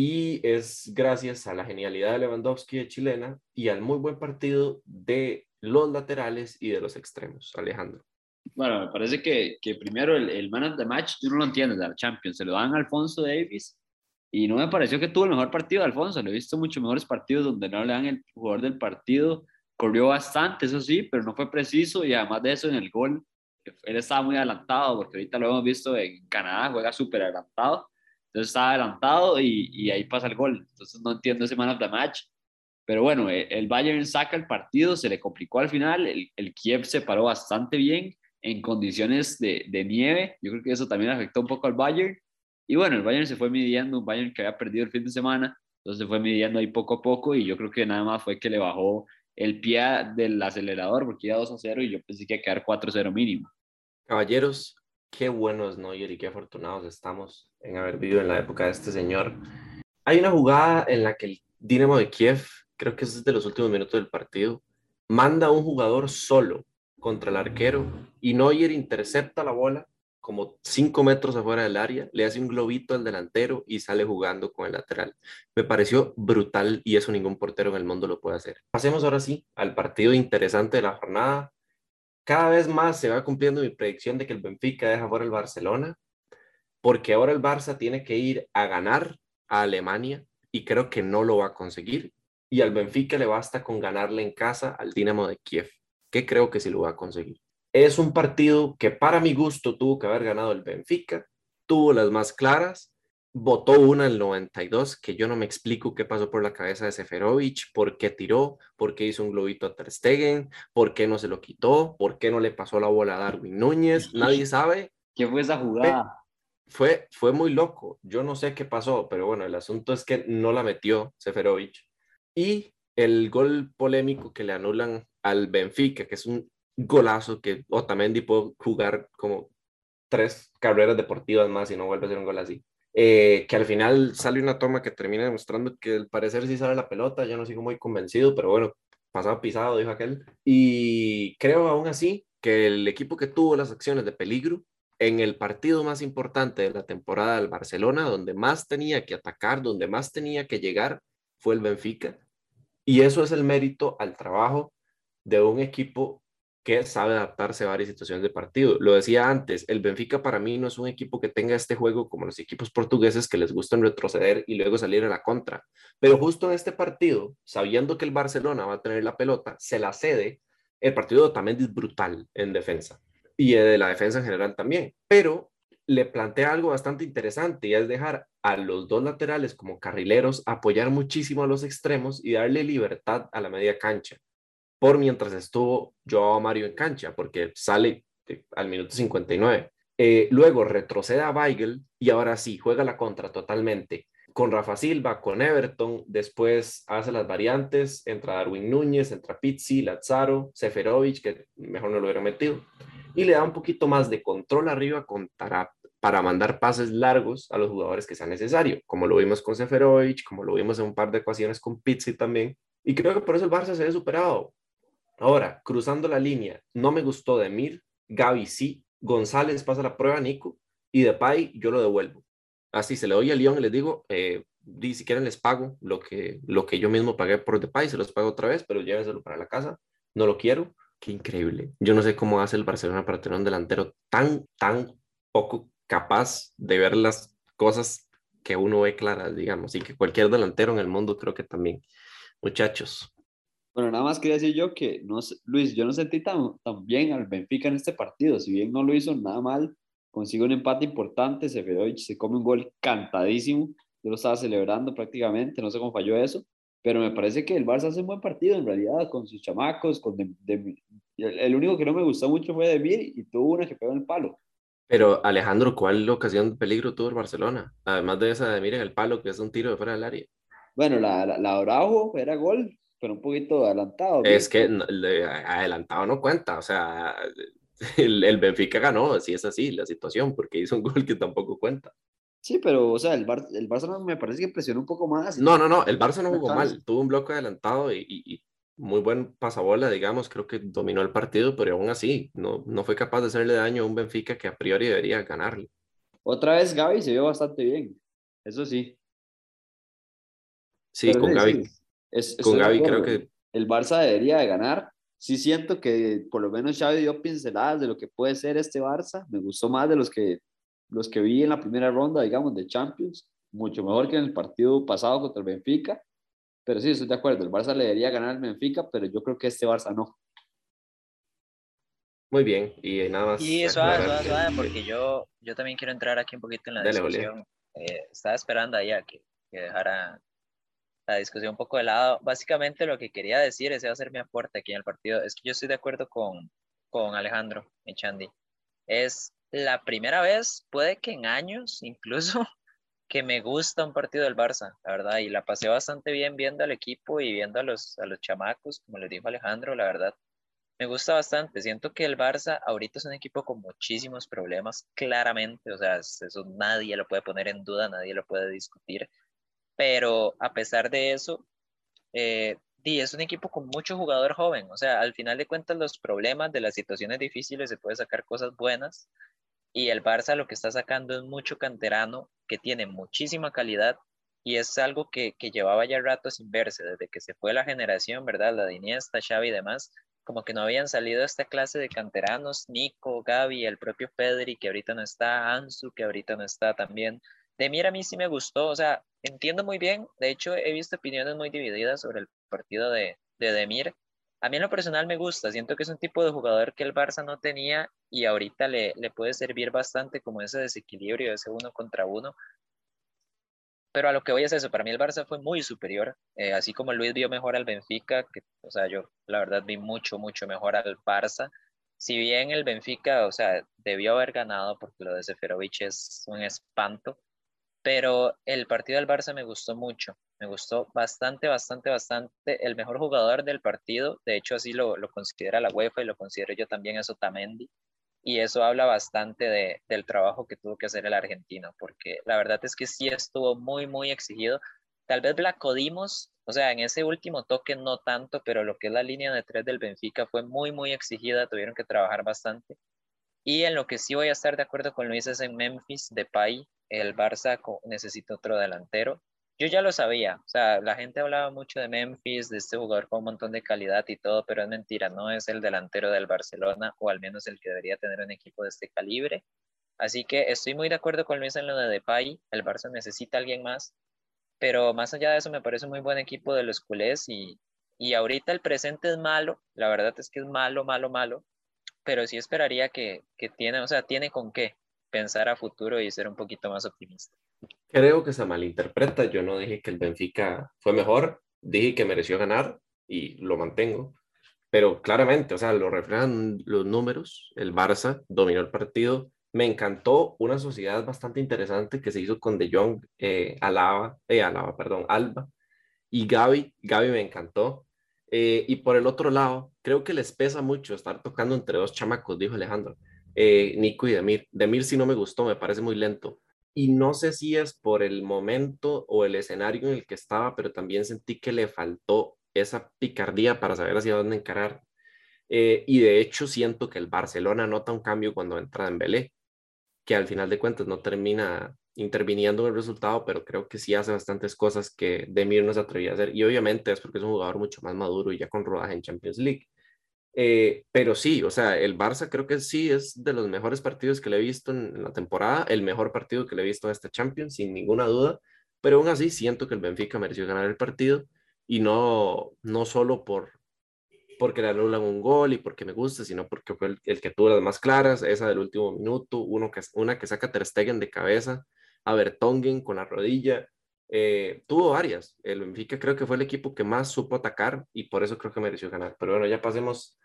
Y es gracias a la genialidad de Lewandowski de chilena y al muy buen partido de los laterales y de los extremos, Alejandro. Bueno, me parece que primero el man of the match, tú no lo entiendes de la Champions, se lo dan a Alfonso Davies y no me pareció que tuvo el mejor partido de Alfonso, lo he visto muchos mejores partidos donde no le dan el jugador del partido, corrió bastante, eso sí, pero no fue preciso y además de eso en el gol, él estaba muy adelantado porque ahorita lo hemos visto en Canadá, juega súper adelantado, entonces estaba adelantado y ahí pasa el gol, entonces no entiendo ese man of the match. Pero bueno, el Bayern saca el partido, se le complicó al final, el Kiev se paró bastante bien en condiciones de nieve, yo creo que eso también afectó un poco al Bayern, y bueno, el Bayern se fue midiendo, un Bayern que había perdido el fin de semana, entonces se fue midiendo ahí poco a poco, y yo creo que nada más fue que le bajó el pie del acelerador, porque iba 2-0 y yo pensé que iba a quedar 4-0 mínimo. Caballeros, qué buenos Neuer y qué afortunados estamos en haber vivido en la época de este señor. Hay una jugada en la que el Dinamo de Kiev, creo que es de los últimos minutos del partido, manda a un jugador solo contra el arquero y Neuer intercepta la bola como 5 metros afuera del área, le hace un globito al delantero y sale jugando con el lateral. Me pareció brutal y eso ningún portero en el mundo lo puede hacer. Pasemos ahora sí al partido interesante de la jornada. Cada vez más se va cumpliendo mi predicción de que el Benfica deja fuera el Barcelona, porque ahora el Barça tiene que ir a ganar a Alemania y creo que no lo va a conseguir. Y al Benfica le basta con ganarle en casa al Dinamo de Kiev, que creo que sí lo va a conseguir. Es un partido que para mi gusto tuvo que haber ganado el Benfica, tuvo las más claras, votó una el 92, que yo no me explico qué pasó por la cabeza de Seferovic, por qué tiró, por qué hizo un globito a Ter Stegen, por qué no se lo quitó, por qué no le pasó la bola a Darwin Núñez, nadie sabe. ¿Qué fue esa jugada? Fue muy loco. Yo no sé qué pasó, pero bueno, el asunto es que no la metió Seferovic. Y el gol polémico que le anulan al Benfica, que es un golazo que Otamendi puede jugar como 3 carreras deportivas más y no vuelve a hacer un gol así. Que al final sale una toma que termina demostrando que al parecer sí sale la pelota. Yo no sigo muy convencido, pero bueno, pasado pisado, dijo aquel. Y creo aún así que el equipo que tuvo las acciones de peligro en el partido más importante de la temporada del Barcelona, donde más tenía que atacar, donde más tenía que llegar, fue el Benfica. Y eso es el mérito al trabajo de un equipo que sabe adaptarse a varias situaciones de partido. Lo decía antes, el Benfica para mí no es un equipo que tenga este juego como los equipos portugueses que les gustan retroceder y luego salir a la contra. Pero justo en este partido, sabiendo que el Barcelona va a tener la pelota, se la cede. El partido también es brutal en defensa y de la defensa en general también. Pero le plantea algo bastante interesante y es dejar a los dos laterales como carrileros, apoyar muchísimo a los extremos y darle libertad a la media cancha por mientras estuvo Joao Mario en cancha, porque sale al minuto 59. Luego retrocede a Weigl y ahora sí, juega la contra totalmente. Con Rafa Silva, con Everton, después hace las variantes, entra Darwin Núñez, entra Pizzi, Lazaro, Seferovic, que mejor no lo hubiera metido, y le da un poquito más de control arriba con Tarap para mandar pases largos a los jugadores que sea necesario, como lo vimos con Seferovic, como lo vimos en un par de ocasiones con Pizzi también, y creo que por eso el Barça se ve superado. Ahora, cruzando la línea, no me gustó Demir, Gaby sí, González pasa la prueba, Nico, y Depay yo lo devuelvo. Así se le doy a Lyon y les digo, si quieren les pago lo que yo mismo pagué por Depay, se los pago otra vez, pero llévenselo para la casa, no lo quiero. Qué increíble. Yo no sé cómo hace el Barcelona para tener un delantero tan poco capaz de ver las cosas que uno ve claras, digamos, y que cualquier delantero en el mundo creo que también. Muchachos. Bueno, nada más quería decir yo que, no sé, Luis, yo no sentí tan bien al Benfica en este partido. Si bien no lo hizo nada mal, consigue un empate importante. Seferovic se come un gol cantadísimo. Yo lo estaba celebrando prácticamente, no sé cómo falló eso. Pero me parece que el Barça hace un buen partido en realidad con sus chamacos, con Y el único que no me gustó mucho fue Demir y tuvo una que pegó en el palo. Pero Alejandro, ¿cuál ocasión de peligro tuvo el Barcelona? Además de esa de miren el palo, que es un tiro de fuera del área. Bueno, la Araujo era gol, pero un poquito adelantado, Es que Mirko. adelantado no cuenta, o sea, el Benfica ganó, así es así la situación, porque hizo un gol que tampoco cuenta. Sí, pero, o sea, el Barça me parece que presionó un poco más y No, tuvo no, no, el Barça no una jugó chance. mal, tuvo un bloque adelantado y muy buen pasabola, digamos, creo que dominó el partido, pero aún así no fue capaz de hacerle daño a un Benfica que a priori debería ganarle. Otra vez Gaby se vio bastante bien, eso sí. Sí, Pero sí, sí, con estoy de Gaby creo acuerdo. que El Barça debería de ganar. Sí siento que por lo menos Xavi dio pinceladas de lo que puede ser este Barça. Me gustó más de los que vi en la primera ronda, digamos, de Champions. Mucho mejor que en el partido pasado contra el Benfica. Pero sí, estoy de acuerdo. El Barça le debería ganar al Benfica, pero yo creo que este Barça no. muy bien, y nada más Y suave, aclarar suave, que suave, porque yo también quiero entrar aquí un poquito en la dele, Julián. discusión. Estaba esperando ahí a que dejara la discusión un poco de lado. Básicamente lo que quería decir, ese va a ser mi aporte aquí en el partido, es que yo estoy de acuerdo con Alejandro Echandi. Es la primera vez, puede que en años incluso, que me gusta un partido del Barça, la verdad, y la pasé bastante bien viendo al equipo y viendo a los chamacos, como les dijo Alejandro, la verdad. Me gusta bastante. Siento que el Barça ahorita es un equipo con muchísimos problemas, claramente. O sea, eso nadie lo puede poner en duda, nadie lo puede discutir. Pero a pesar de eso, es un equipo con mucho jugador joven. O sea, al final de cuentas, los problemas de las situaciones difíciles se puede sacar cosas buenas. Y el Barça lo que está sacando es mucho canterano que tiene muchísima calidad. Y es algo que llevaba ya rato sin verse, desde que se fue la generación, ¿verdad? La de Iniesta, Xavi y demás, como que no habían salido esta clase de canteranos, Nico, Gavi, el propio Pedri, que ahorita no está, Ansu, que ahorita no está también. Demir a mí sí me gustó, o sea, entiendo muy bien, de hecho he visto opiniones muy divididas sobre el partido de Demir. A mí en lo personal me gusta, siento que es un tipo de jugador que el Barça no tenía y ahorita le puede servir bastante como ese desequilibrio, ese uno contra uno. Pero a lo que voy es eso, para mí el Barça fue muy superior, así como Luis vio mejor al Benfica, que, o sea, yo la verdad vi mucho, mucho mejor al Barça. Si bien el Benfica, o sea, debió haber ganado porque lo de Seferovic es un espanto, pero el partido del Barça me gustó mucho, me gustó bastante, bastante, bastante. El mejor jugador del partido, de hecho así lo considera la UEFA y lo considero yo también, es Otamendi, y eso habla bastante del trabajo que tuvo que hacer el argentino, porque la verdad es que sí estuvo muy, muy exigido. Tal vez Blacodimos, o sea, en ese último toque no tanto, pero lo que es la línea de tres del Benfica fue muy, muy exigida, tuvieron que trabajar bastante. Y en lo que sí voy a estar de acuerdo con Luis es en Memphis, Depay, el Barça necesita otro delantero. Yo ya lo sabía, o sea, la gente hablaba mucho de Memphis, de este jugador con un montón de calidad y todo, pero es mentira, no es el delantero del Barcelona, o al menos el que debería tener un equipo de este calibre. Así que estoy muy de acuerdo con Luis en lo de Depay, el Barça necesita a alguien más, pero más allá de eso me parece un muy buen equipo de los culés y ahorita el presente es malo, la verdad es que es malo, malo, malo, pero sí esperaría que tiene, o sea, tiene con qué pensar a futuro y ser un poquito más optimista. Creo que se malinterpreta. Yo no dije que el Benfica fue mejor, dije que mereció ganar y lo mantengo. Pero claramente, o sea, lo reflejan los números. El Barça dominó el partido. Me encantó una sociedad bastante interesante que se hizo con De Jong, Alba y Gaby. Gaby me encantó. Y por el otro lado, creo que les pesa mucho estar tocando entre dos chamacos, dijo Alejandro. Nico y Demir. Demir sí no me gustó, me parece muy lento. Y no sé si es por el momento o el escenario en el que estaba, pero también sentí que le faltó esa picardía para saber hacia dónde encarar. Y de hecho siento que el Barcelona nota un cambio cuando entra Dembélé, que al final de cuentas no termina interviniendo en el resultado, pero creo que sí hace bastantes cosas que Demir no se atrevía a hacer. Y obviamente es porque es un jugador mucho más maduro y ya con rodaje en Champions League. Pero sí, o sea, el Barça creo que sí es de los mejores partidos que le he visto en la temporada, el mejor partido que le he visto en esta Champions, sin ninguna duda, pero aún así siento que el Benfica mereció ganar el partido y no solo porque le anulan un gol y porque me gusta, sino porque fue el que tuvo las más claras, esa del último minuto, una que saca Ter Stegen de cabeza, a Vertonghen con la rodilla, tuvo varias. El Benfica creo que fue el equipo que más supo atacar y por eso creo que mereció ganar. Pero bueno, ya pasemos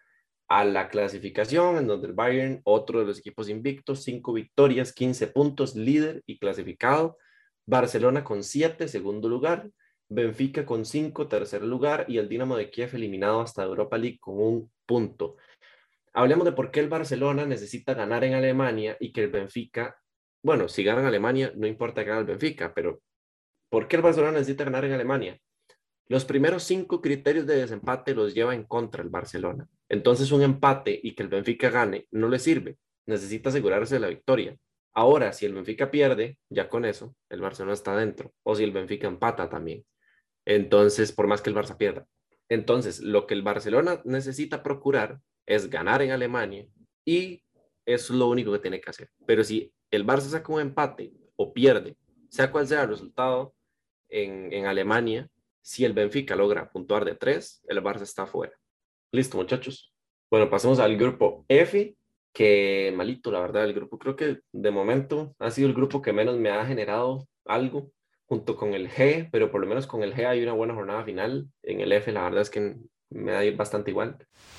a la clasificación, en donde el Bayern, otro de los equipos invictos, 5 victorias, 15 puntos, líder y clasificado. Barcelona con 7, segundo lugar. Benfica con 5, tercer lugar. Y el Dinamo de Kiev eliminado hasta Europa League con 1 punto. Hablemos de por qué el Barcelona necesita ganar en Alemania y que el Benfica, bueno, si gana en Alemania, no importa que gane el Benfica, pero ¿por qué el Barcelona necesita ganar en Alemania? Los primeros 5 criterios de desempate los lleva en contra el Barcelona. Entonces un empate y que el Benfica gane no le sirve. Necesita asegurarse de la victoria. Ahora, si el Benfica pierde, ya con eso, el Barcelona está dentro. O si el Benfica empata también. Entonces, por más que el Barça pierda. Entonces, lo que el Barcelona necesita procurar es ganar en Alemania y eso es lo único que tiene que hacer. Pero si el Barça saca un empate o pierde, sea cual sea el resultado en Alemania, si el Benfica logra puntuar de 3, el Barça está fuera. Listo, muchachos. Bueno, pasemos al grupo F, que malito, la verdad, el grupo creo que de momento ha sido el grupo que menos me ha generado algo, junto con el G, pero por lo menos con el G hay una buena jornada final. En el F, la verdad es que me da bastante igual.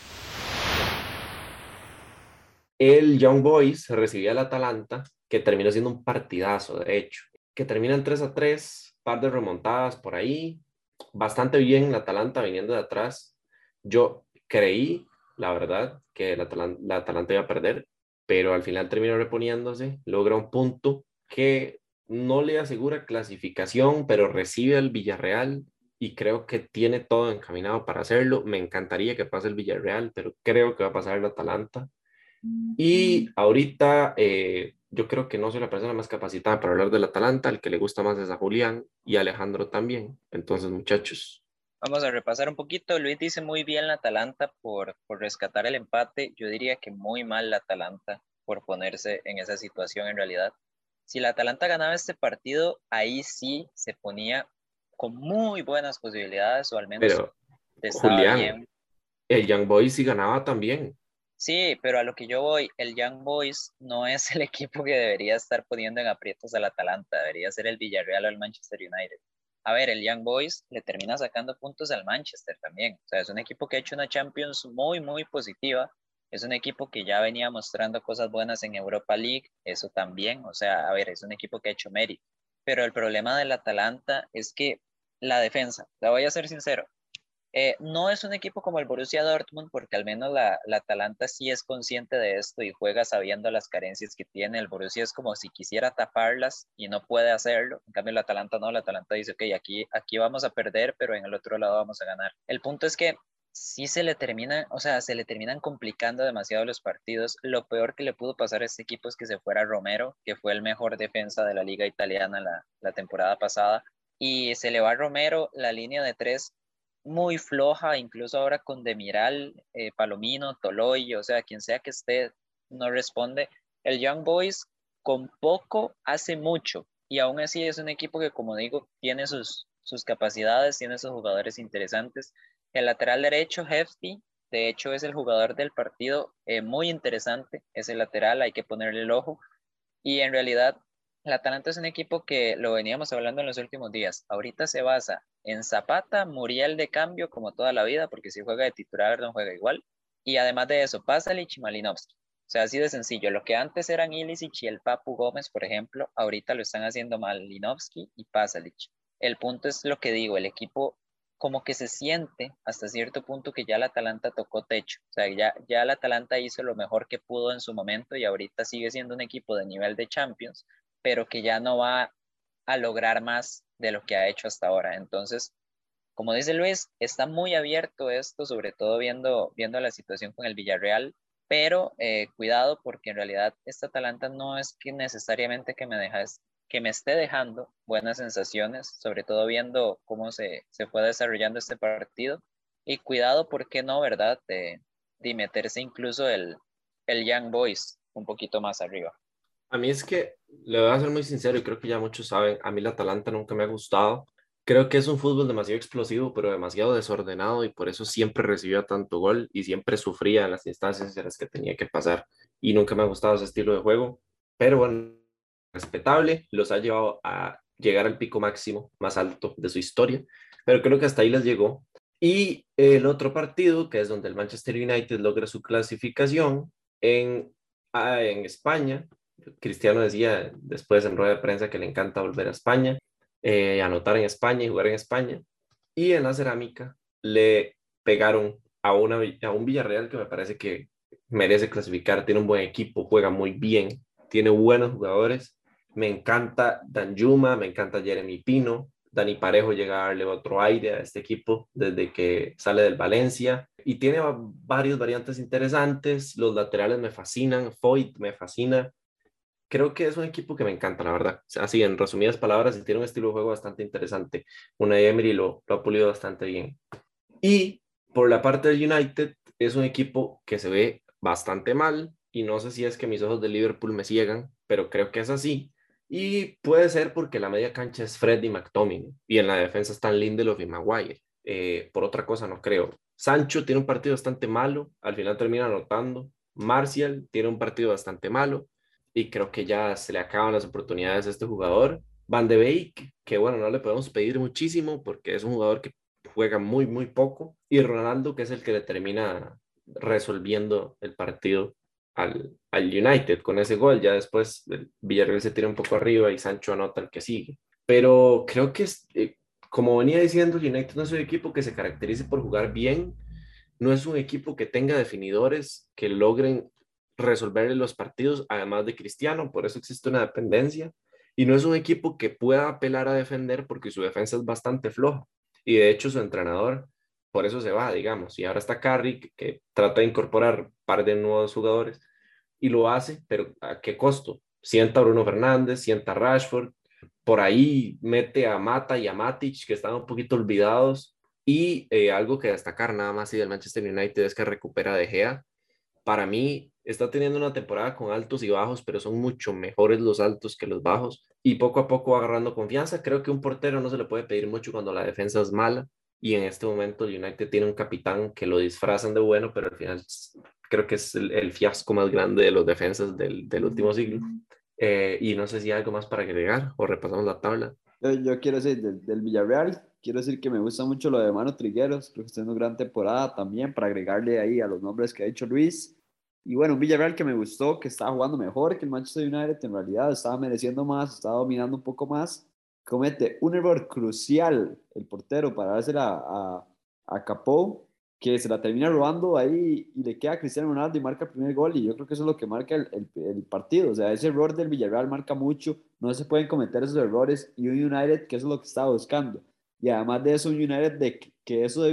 El Young Boys recibía al Atalanta, que terminó siendo un partidazo, de hecho, que terminan 3-3, par de remontadas por ahí, bastante bien la Atalanta viniendo de atrás. Yo creí, la verdad, que la Atalanta iba a perder, pero al final terminó reponiéndose, logra un punto que no le asegura clasificación, pero recibe al Villarreal y creo que tiene todo encaminado para hacerlo. Me encantaría que pase el Villarreal, pero creo que va a pasar el Atalanta. Y ahorita yo creo que no soy la persona más capacitada para hablar del Atalanta, el que le gusta más es a Julián y a Alejandro también. Entonces, muchachos. Vamos a repasar un poquito. Luis dice muy bien la Atalanta por rescatar el empate. Yo diría que muy mal la Atalanta por ponerse en esa situación en realidad. Si la Atalanta ganaba este partido, ahí sí se ponía con muy buenas posibilidades, o al menos Pero, estaba Julián, bien. el Young Boys sí ganaba también. Sí, pero a lo que yo voy, el Young Boys no es el equipo que debería estar poniendo en aprietos al Atalanta, debería ser el Villarreal o el Manchester United. A ver, el Young Boys le termina sacando puntos al Manchester también. O sea, es un equipo que ha hecho una Champions muy, muy positiva. Es un equipo que ya venía mostrando cosas buenas en Europa League, eso también. O sea, a ver, es un equipo que ha hecho mérito. Pero el problema del Atalanta es que la defensa, la voy a ser sincero, no es un equipo como el Borussia Dortmund, porque al menos la Atalanta sí es consciente de esto y juega sabiendo las carencias que tiene. El Borussia es como si quisiera taparlas y no puede hacerlo. En cambio, la Atalanta no, la Atalanta dice, ok, aquí vamos a perder, pero en el otro lado vamos a ganar. El punto es que sí se le termina, o sea, se le terminan complicando demasiado los partidos. Lo peor que le pudo pasar a este equipo es que se fuera Romero, que fue el mejor defensa de la liga italiana la temporada pasada. Y se le va Romero, la línea de 3 muy floja, incluso ahora con Demiral, Palomino, Toloy, o sea, quien sea que esté, no responde. El Young Boys con poco hace mucho y aún así es un equipo que, como digo, tiene sus capacidades, tiene sus jugadores interesantes. El lateral derecho, Hefty, de hecho es el jugador del partido, muy interesante, es el lateral, hay que ponerle el ojo. Y en realidad, el Atalanta es un equipo que lo veníamos hablando en los últimos días. Ahorita se basa en Zapata, Muriel de cambio, como toda la vida, porque si juega de titular no juega igual. Y además de eso, Pasalic y Malinovsky. O sea, así de sencillo. Lo que antes eran Ilicic y el Papu Gómez, por ejemplo, ahorita lo están haciendo Malinovsky y Pasalic. El punto es lo que digo, el equipo como que se siente hasta cierto punto que ya el Atalanta tocó techo. O sea, ya el Atalanta hizo lo mejor que pudo en su momento y ahorita sigue siendo un equipo de nivel de Champions, pero que ya no va a lograr más de lo que ha hecho hasta ahora. Entonces, como dice Luis, está muy abierto esto, sobre todo viendo la situación con el Villarreal, pero cuidado porque en realidad esta Atalanta no es que necesariamente que me esté dejando buenas sensaciones, sobre todo viendo cómo se fue desarrollando este partido. Y cuidado, ¿por qué no, verdad? De meterse incluso el Young Boys un poquito más arriba. A mí es que, le voy a ser muy sincero y creo que ya muchos saben, a mí la Atalanta nunca me ha gustado. Creo que es un fútbol demasiado explosivo, pero demasiado desordenado y por eso siempre recibía tanto gol y siempre sufría en las instancias en las que tenía que pasar. Y nunca me ha gustado ese estilo de juego. Pero bueno, respetable, los ha llevado a llegar al pico máximo más alto de su historia, pero creo que hasta ahí les llegó. Y el otro partido, que es donde el Manchester United logra su clasificación en España. Cristiano decía después en rueda de prensa que le encanta volver a España, anotar en España y jugar en España. Y en la cerámica le pegaron a un Villarreal que me parece que merece clasificar, tiene un buen equipo, juega muy bien, tiene buenos jugadores. Me encanta Danjuma, me encanta Jeremy Pino. Dani Parejo llega a darle otro aire a este equipo desde que sale del Valencia y tiene varios variantes interesantes. Los laterales me fascinan, Foyt me fascina. Creo que es un equipo que me encanta, la verdad. Así, en resumidas palabras, y tiene un estilo de juego bastante interesante. Unai Emery lo ha pulido bastante bien. Y por la parte del United, es un equipo que se ve bastante mal, y no sé si es que mis ojos de Liverpool me ciegan, pero creo que es así. Y puede ser porque la media cancha es Fred y McTominay, y en la defensa están Lindelof y Maguire. Por otra cosa, no creo. Sancho tiene un partido bastante malo, al final termina anotando. Martial tiene un partido bastante malo, y creo que ya se le acaban las oportunidades a este jugador. Van de Beek, que bueno, no le podemos pedir muchísimo porque es un jugador que juega muy, muy poco. Y Ronaldo, que es el que le termina resolviendo el partido al United con ese gol. Ya después el Villarreal se tira un poco arriba y Sancho anota el que sigue. Pero creo que, como venía diciendo, el United no es un equipo que se caracterice por jugar bien, no es un equipo que tenga definidores que logren resolver los partidos, además de Cristiano, por eso existe una dependencia. Y no es un equipo que pueda apelar a defender porque su defensa es bastante floja. Y de hecho su entrenador por eso se va, digamos. Y ahora está Carrick, que trata de incorporar un par de nuevos jugadores y lo hace, pero ¿a qué costo? Sienta a Bruno Fernández, sienta a Rashford, por ahí mete a Mata y a Matic, que están un poquito olvidados. Y algo que destacar nada más y del Manchester United es que recupera De Gea. Para mí está teniendo una temporada con altos y bajos, pero son mucho mejores los altos que los bajos. Y poco a poco va agarrando confianza. Creo que un portero no se le puede pedir mucho cuando la defensa es mala. Y en este momento el United tiene un capitán que lo disfrazan de bueno, pero al final creo que es el fiasco más grande de los defensas del último siglo. Y no sé si hay algo más para agregar o repasamos la tabla. Yo quiero decir, del Villarreal, quiero decir que me gusta mucho lo de Mano Trigueros, creo que está en una gran temporada también para agregarle ahí a los nombres que ha hecho Luis. Y bueno, un Villarreal que me gustó, que estaba jugando mejor que el Manchester United, en realidad estaba mereciendo más, estaba dominando un poco más. Comete un error crucial el portero para dársela a Capou, que se la termina robando ahí y le queda a Cristiano Ronaldo y marca el primer gol. Y yo creo que eso es lo que marca el partido. O sea, ese error del Villarreal marca mucho, no se pueden cometer esos errores. Y un United que eso es lo que estaba buscando. Y además de eso, un United que eso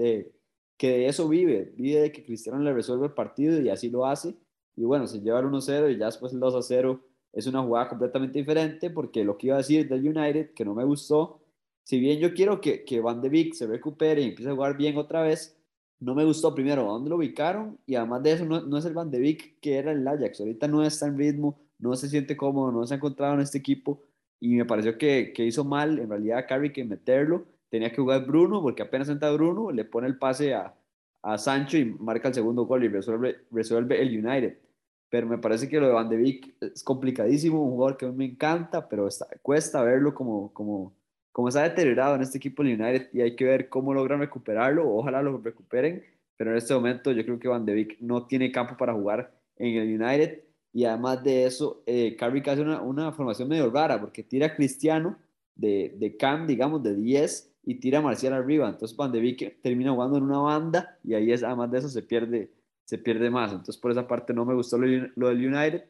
que de eso vive de que Cristiano le resuelve el partido y así lo hace. Y bueno, se lleva el 1-0 y ya después el 2-0 es una jugada completamente diferente porque lo que iba a decir del United, que no me gustó, si bien yo quiero que Van de Beek se recupere y empiece a jugar bien otra vez, no me gustó primero dónde lo ubicaron y además de eso no es el Van de Beek que era el Ajax, ahorita no está en ritmo, no se siente cómodo, no se ha encontrado en este equipo y me pareció que hizo mal en realidad Carrick en meterlo, tenía que jugar Bruno porque apenas entra Bruno, le pone el pase a Sancho y marca el segundo gol y resuelve el United. Pero me parece que lo de Van de Beek es complicadísimo, un jugador que a mí me encanta, pero cuesta verlo como está deteriorado en este equipo del United y hay que ver cómo logran recuperarlo, ojalá lo recuperen, pero en este momento yo creo que Van de Beek no tiene campo para jugar en el United y además de eso, Carrick hace una formación medio rara porque tira a Cristiano de Cam, digamos, de 10 y tira a Marcial arriba, entonces Van de Beek termina jugando en una banda y ahí además de eso se pierde más, entonces por esa parte no me gustó lo del United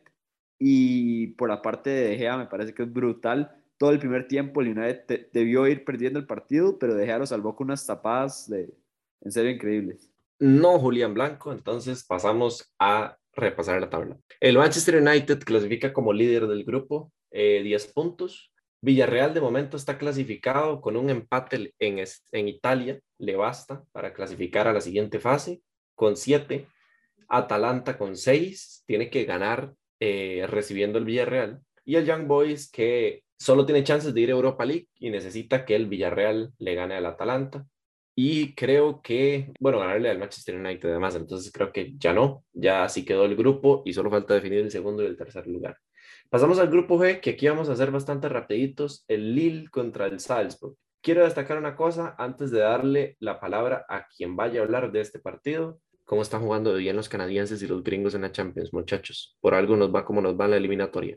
y por la parte de Gea me parece que es brutal. Todo el primer tiempo el United debió ir perdiendo el partido, pero De Gea lo salvó con unas tapadas en serio increíbles. No Julián Blanco, entonces pasamos a repasar la tabla. El Manchester United clasifica como líder del grupo, 10 puntos. Villarreal de momento está clasificado con un empate en Italia, le basta para clasificar a la siguiente fase con 7. Atalanta con 6, tiene que ganar recibiendo el Villarreal. Y el Young Boys que solo tiene chances de ir a Europa League y necesita que el Villarreal le gane al Atalanta. Y creo que, bueno, ganarle al Manchester United además, entonces creo que ya no, ya así quedó el grupo y solo falta definir el segundo y el tercer lugar. Pasamos al grupo G, que aquí vamos a hacer bastante rapiditos, el Lille contra el Salzburg. quiero destacar una cosa antes de darle la palabra a quien vaya a hablar de este partido. ¿Cómo están jugando de bien los canadienses y los gringos en la Champions, muchachos? Por algo nos va como nos va en la eliminatoria.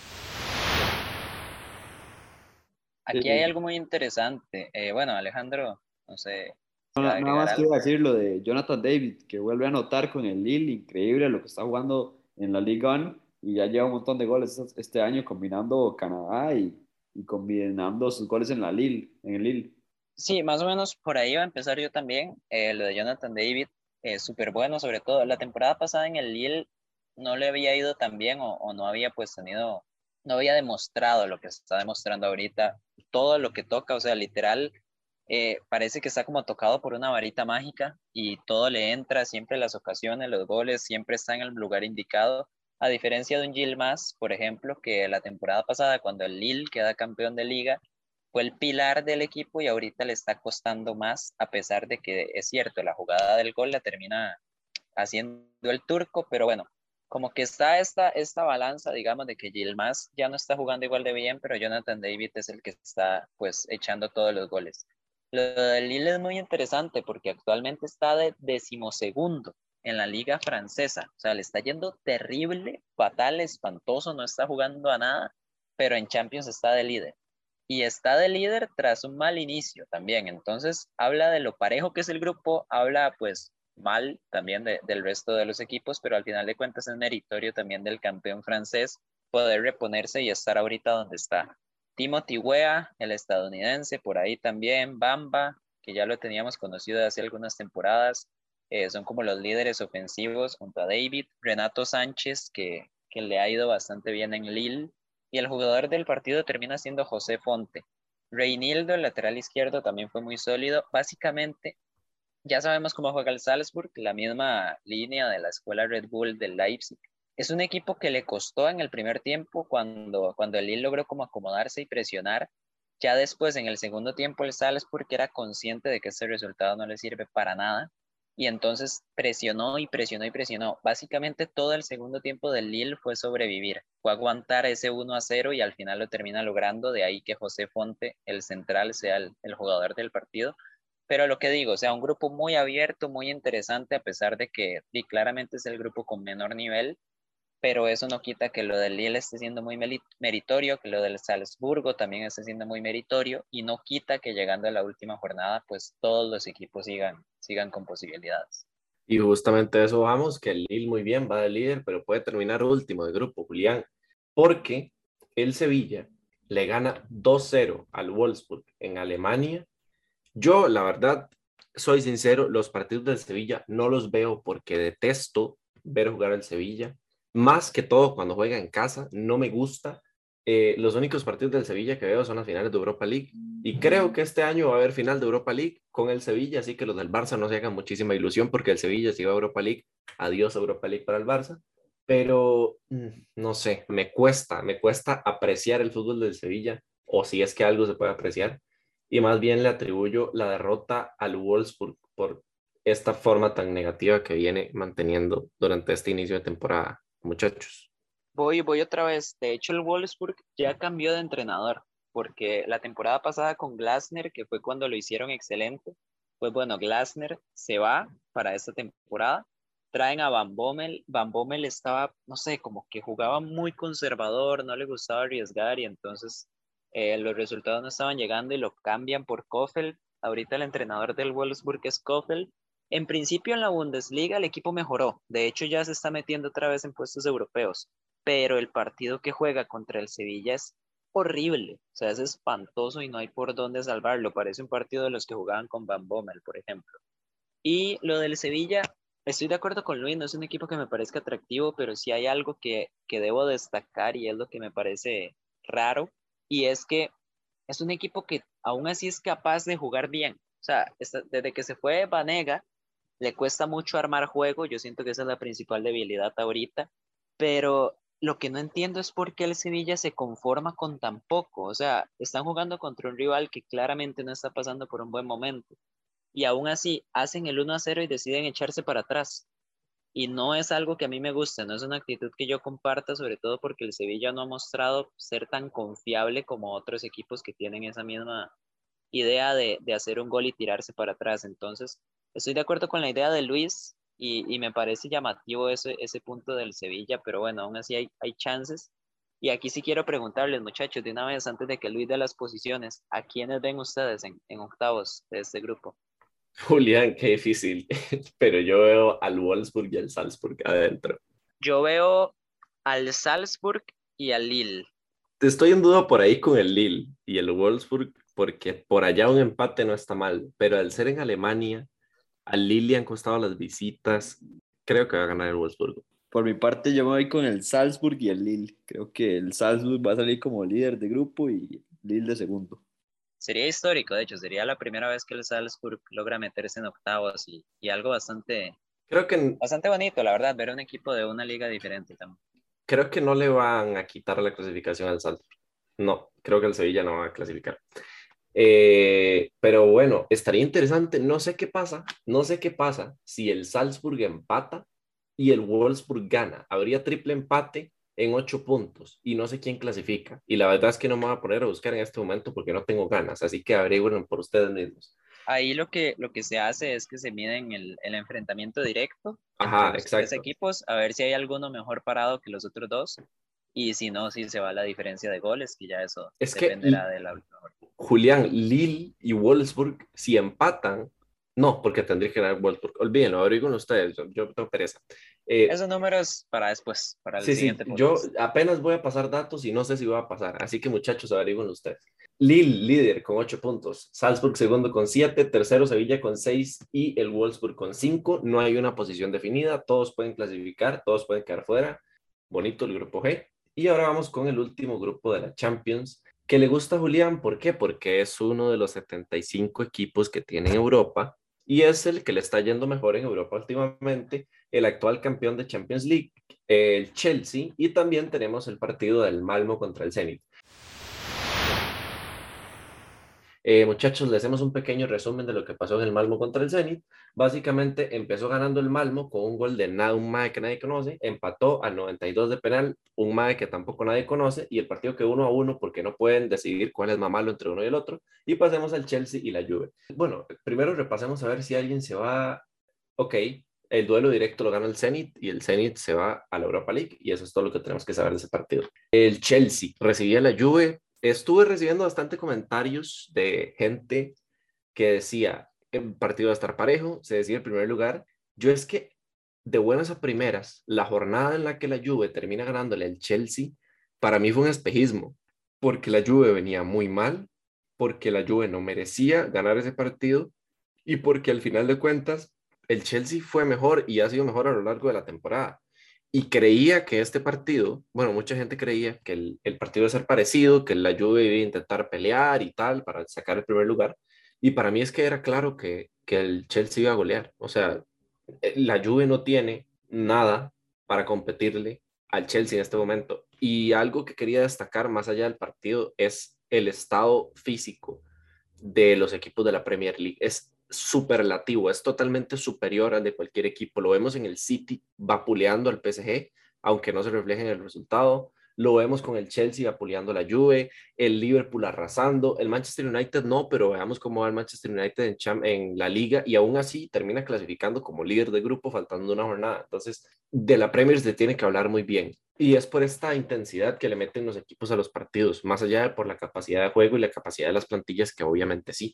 Aquí hay algo muy interesante. Bueno, Alejandro, no sé si va a Nada agregar más quiero algo. decir lo de Jonathan David, que vuelve a anotar con el Lille, increíble lo que está jugando en la Ligue 1 y ya lleva un montón de goles este año combinando Canadá y combinando sus goles en la Lille, en el Lille. Sí, más o menos por ahí va a empezar yo también. Lo de Jonathan David es súper bueno, sobre todo la temporada pasada en el Lille no le había ido tan bien o no había pues tenido, no había demostrado lo que está demostrando ahorita, todo lo que toca, o sea, literal, parece que está como tocado por una varita mágica y todo le entra, siempre las ocasiones, los goles, siempre está en el lugar indicado, a diferencia de un Yilmaz, por ejemplo, que la temporada pasada cuando el Lille queda campeón de liga, fue el pilar del equipo y ahorita le está costando más, a pesar de que es cierto, la jugada del gol la termina haciendo el turco, pero bueno, como que está esta balanza, digamos, de que Yilmaz ya no está jugando igual de bien, pero Jonathan David es el que está pues echando todos los goles. Lo del Lille es muy interesante porque actualmente está de 12º en la liga francesa, o sea, le está yendo terrible, fatal, espantoso, no está jugando a nada, pero en Champions está de líder y está de líder tras un mal inicio también. Entonces, habla de lo parejo que es el grupo, habla pues mal también del resto de los equipos, pero al final de cuentas es meritorio también del campeón francés poder reponerse y estar ahorita donde está. Timothy Weah, el estadounidense, por ahí también, Bamba, que ya lo teníamos conocido de hace algunas temporadas, son como los líderes ofensivos junto a David, Renato Sánchez, que le ha ido bastante bien en Lille, y el jugador del partido termina siendo José Fonte. Reinildo, el lateral izquierdo, también fue muy sólido. Básicamente, ya sabemos cómo juega el Salzburg, la misma línea de la escuela Red Bull del Leipzig. Es un equipo que le costó en el primer tiempo cuando el Lille logró como acomodarse y presionar. Ya después, en el segundo tiempo, el Salzburg era consciente de que ese resultado no le sirve para nada y entonces presionó y presionó y presionó. Básicamente todo el segundo tiempo del Lille fue sobrevivir, fue aguantar ese 1-0 y al final lo termina logrando, de ahí que José Fonte, el central, sea el jugador del partido. Pero lo que digo, o sea, un grupo muy abierto, muy interesante, a pesar de que sí, claramente es el grupo con menor nivel, pero eso no quita que lo del Lille esté siendo muy meritorio, que lo del Salzburgo también esté siendo muy meritorio, y no quita que llegando a la última jornada, pues todos los equipos sigan con posibilidades. Y justamente a eso vamos, que el Lille muy bien va de líder, pero puede terminar último de grupo, Julián, porque el Sevilla le gana 2-0 al Wolfsburg en Alemania. Yo, la verdad, soy sincero, los partidos del Sevilla no los veo porque detesto ver jugar al Sevilla. Más que todo cuando juega en casa, no me gusta. Los únicos partidos del Sevilla que veo son las finales de Europa League. Y creo que este año va a haber final de Europa League con el Sevilla, así que los del Barça no se hagan muchísima ilusión porque el Sevilla si va a Europa League, adiós Europa League para el Barça. Pero no sé, me cuesta apreciar el fútbol del Sevilla, o si es que algo se puede apreciar y más bien le atribuyo la derrota al Wolfsburg por esta forma tan negativa que viene manteniendo durante este inicio de temporada, muchachos. Voy otra vez. De hecho, el Wolfsburg ya cambió de entrenador, porque la temporada pasada con Glasner, que fue cuando lo hicieron excelente, pues bueno, Glasner se va para esta temporada. Traen a Van Bommel. Van Bommel estaba, no sé, como que jugaba muy conservador, no le gustaba arriesgar y entonces los resultados no estaban llegando y lo cambian por Kofeld. Ahorita el entrenador del Wolfsburg es Kofeld. En principio en la Bundesliga el equipo mejoró. De hecho ya se está metiendo otra vez en puestos europeos, pero el partido que juega contra el Sevilla es horrible, o sea, es espantoso y no hay por dónde salvarlo. Parece un partido de los que jugaban con Van Bommel, por ejemplo. Y lo del Sevilla, estoy de acuerdo con Luis, no es un equipo que me parezca atractivo, pero sí hay algo que debo destacar y es lo que me parece raro, y es que es un equipo que aún así es capaz de jugar bien. O sea, desde que se fue Vanega, le cuesta mucho armar juego, yo siento que esa es la principal debilidad ahorita, pero lo que no entiendo es por qué el Sevilla se conforma con tan poco. O sea, están jugando contra un rival que claramente no está pasando por un buen momento y aún así hacen el 1-0 y deciden echarse para atrás. Y no es algo que a mí me guste, no es una actitud que yo comparta, sobre todo porque el Sevilla no ha mostrado ser tan confiable como otros equipos que tienen idea de hacer un gol y tirarse para atrás. Entonces, estoy de acuerdo con la idea de Luis y me parece llamativo ese punto del Sevilla, pero bueno, aún así hay chances. Y aquí sí quiero preguntarles, muchachos, de una vez antes de que Luis dé las posiciones, ¿a quiénes ven ustedes en octavos de este grupo? Julián, qué difícil, pero yo veo al Wolfsburg y al Salzburg adentro. Yo veo al Salzburg y al Lille. Estoy en duda por ahí con el Lille y el Wolfsburg, porque por allá un empate no está mal, pero al ser en Alemania, al Lille le han costado las visitas, creo que va a ganar el Wolfsburg. Por mi parte, yo me voy con el Salzburg y el Lille. Creo que el Salzburg va a salir como líder de grupo y Lille de segundo. Sería histórico, de hecho, sería la primera vez que el Salzburg logra meterse en octavos y algo Creo que, bastante bonito, la verdad, ver un equipo de una liga diferente también. creo que no le van a quitar la clasificación al Salzburg. No, creo que el Sevilla no va a clasificar. Pero bueno, estaría interesante. No sé qué pasa si el Salzburg empata y el Wolfsburg gana. Habría triple empate en 8 puntos y no sé quién clasifica. Y la verdad es que no me voy a poner a buscar en este momento porque no tengo ganas. Así que averigüen por ustedes mismos. Ahí lo que se hace es que se miden el enfrentamiento directo entre Ajá, los tres exacto. equipos, a ver si hay alguno mejor parado que los otros dos, y si no, si se va a la diferencia de goles, que ya eso Es que dependerá de la última jornada. Julián, Lille y Wolfsburg, si empatan, no, porque tendría que ganar Wolfsburg. Olvídenlo, averigüen ustedes, yo tengo pereza. Eh, Esos números para después, para el Sí, sí, siguiente yo podcast. apenas voy a pasar datos y no sé si va a pasar, así que muchachos, averigüen ustedes. Lille, líder con 8 puntos, Salzburg segundo con 7, tercero Sevilla con 6 y el Wolfsburg con 5. No hay una posición definida, todos pueden clasificar, todos pueden quedar fuera. Bonito el grupo G. Y ahora vamos con el último grupo de la Champions, que le gusta a Julián, ¿por qué? Porque es uno de los 75 equipos que tiene Europa y es el que le está yendo mejor en Europa últimamente, el actual campeón de Champions League, el Chelsea, y también tenemos el partido del Malmo contra el Zenit. Muchachos, les hacemos un pequeño resumen de lo que pasó en el Malmo contra el Zenit. Básicamente empezó ganando el Malmo con un gol de un mae que nadie conoce, empató al 92 de penal, un mae que tampoco nadie conoce, y el partido que 1-1 porque no pueden decidir cuál es más malo entre uno y el otro. Y pasemos al Chelsea y la Juve. Bueno, primero repasemos a ver si alguien se va. Ok, el duelo directo lo gana el Zenit y el Zenit se va a la Europa League y eso es todo lo que tenemos que saber de ese partido. El Chelsea recibía la Juve. Estuve recibiendo bastante comentarios de gente que decía el partido va a estar parejo, se decía en primer lugar. Yo es que de buenas a primeras, la jornada en la que la Juve termina ganándole al Chelsea, para mí fue un espejismo, porque la Juve venía muy mal, porque la Juve no merecía ganar ese partido y porque al final de cuentas el Chelsea fue mejor y ha sido mejor a lo largo de la temporada. Y creía que este partido, bueno, mucha gente creía que el partido iba a ser parecido, que la Juve iba a intentar pelear y tal para sacar el primer lugar. Y para mí es que era claro que el Chelsea iba a golear. O sea, la Juve no tiene nada para competirle al Chelsea en este momento. Y algo que quería destacar más allá del partido es el estado físico de los equipos de la Premier League. Es superlativo, es totalmente superior al de cualquier equipo. Lo vemos en el City vapuleando al PSG, aunque no se refleje en el resultado. Lo vemos con el Chelsea vapuleando a la Juve, el Liverpool arrasando, el Manchester United no, pero veamos cómo va el Manchester United en la liga y aún así termina clasificando como líder de grupo faltando una jornada. Entonces, de la Premier se tiene que hablar muy bien. Y es por esta intensidad que le meten los equipos a los partidos, más allá de por la capacidad de juego y la capacidad de las plantillas, que obviamente sí.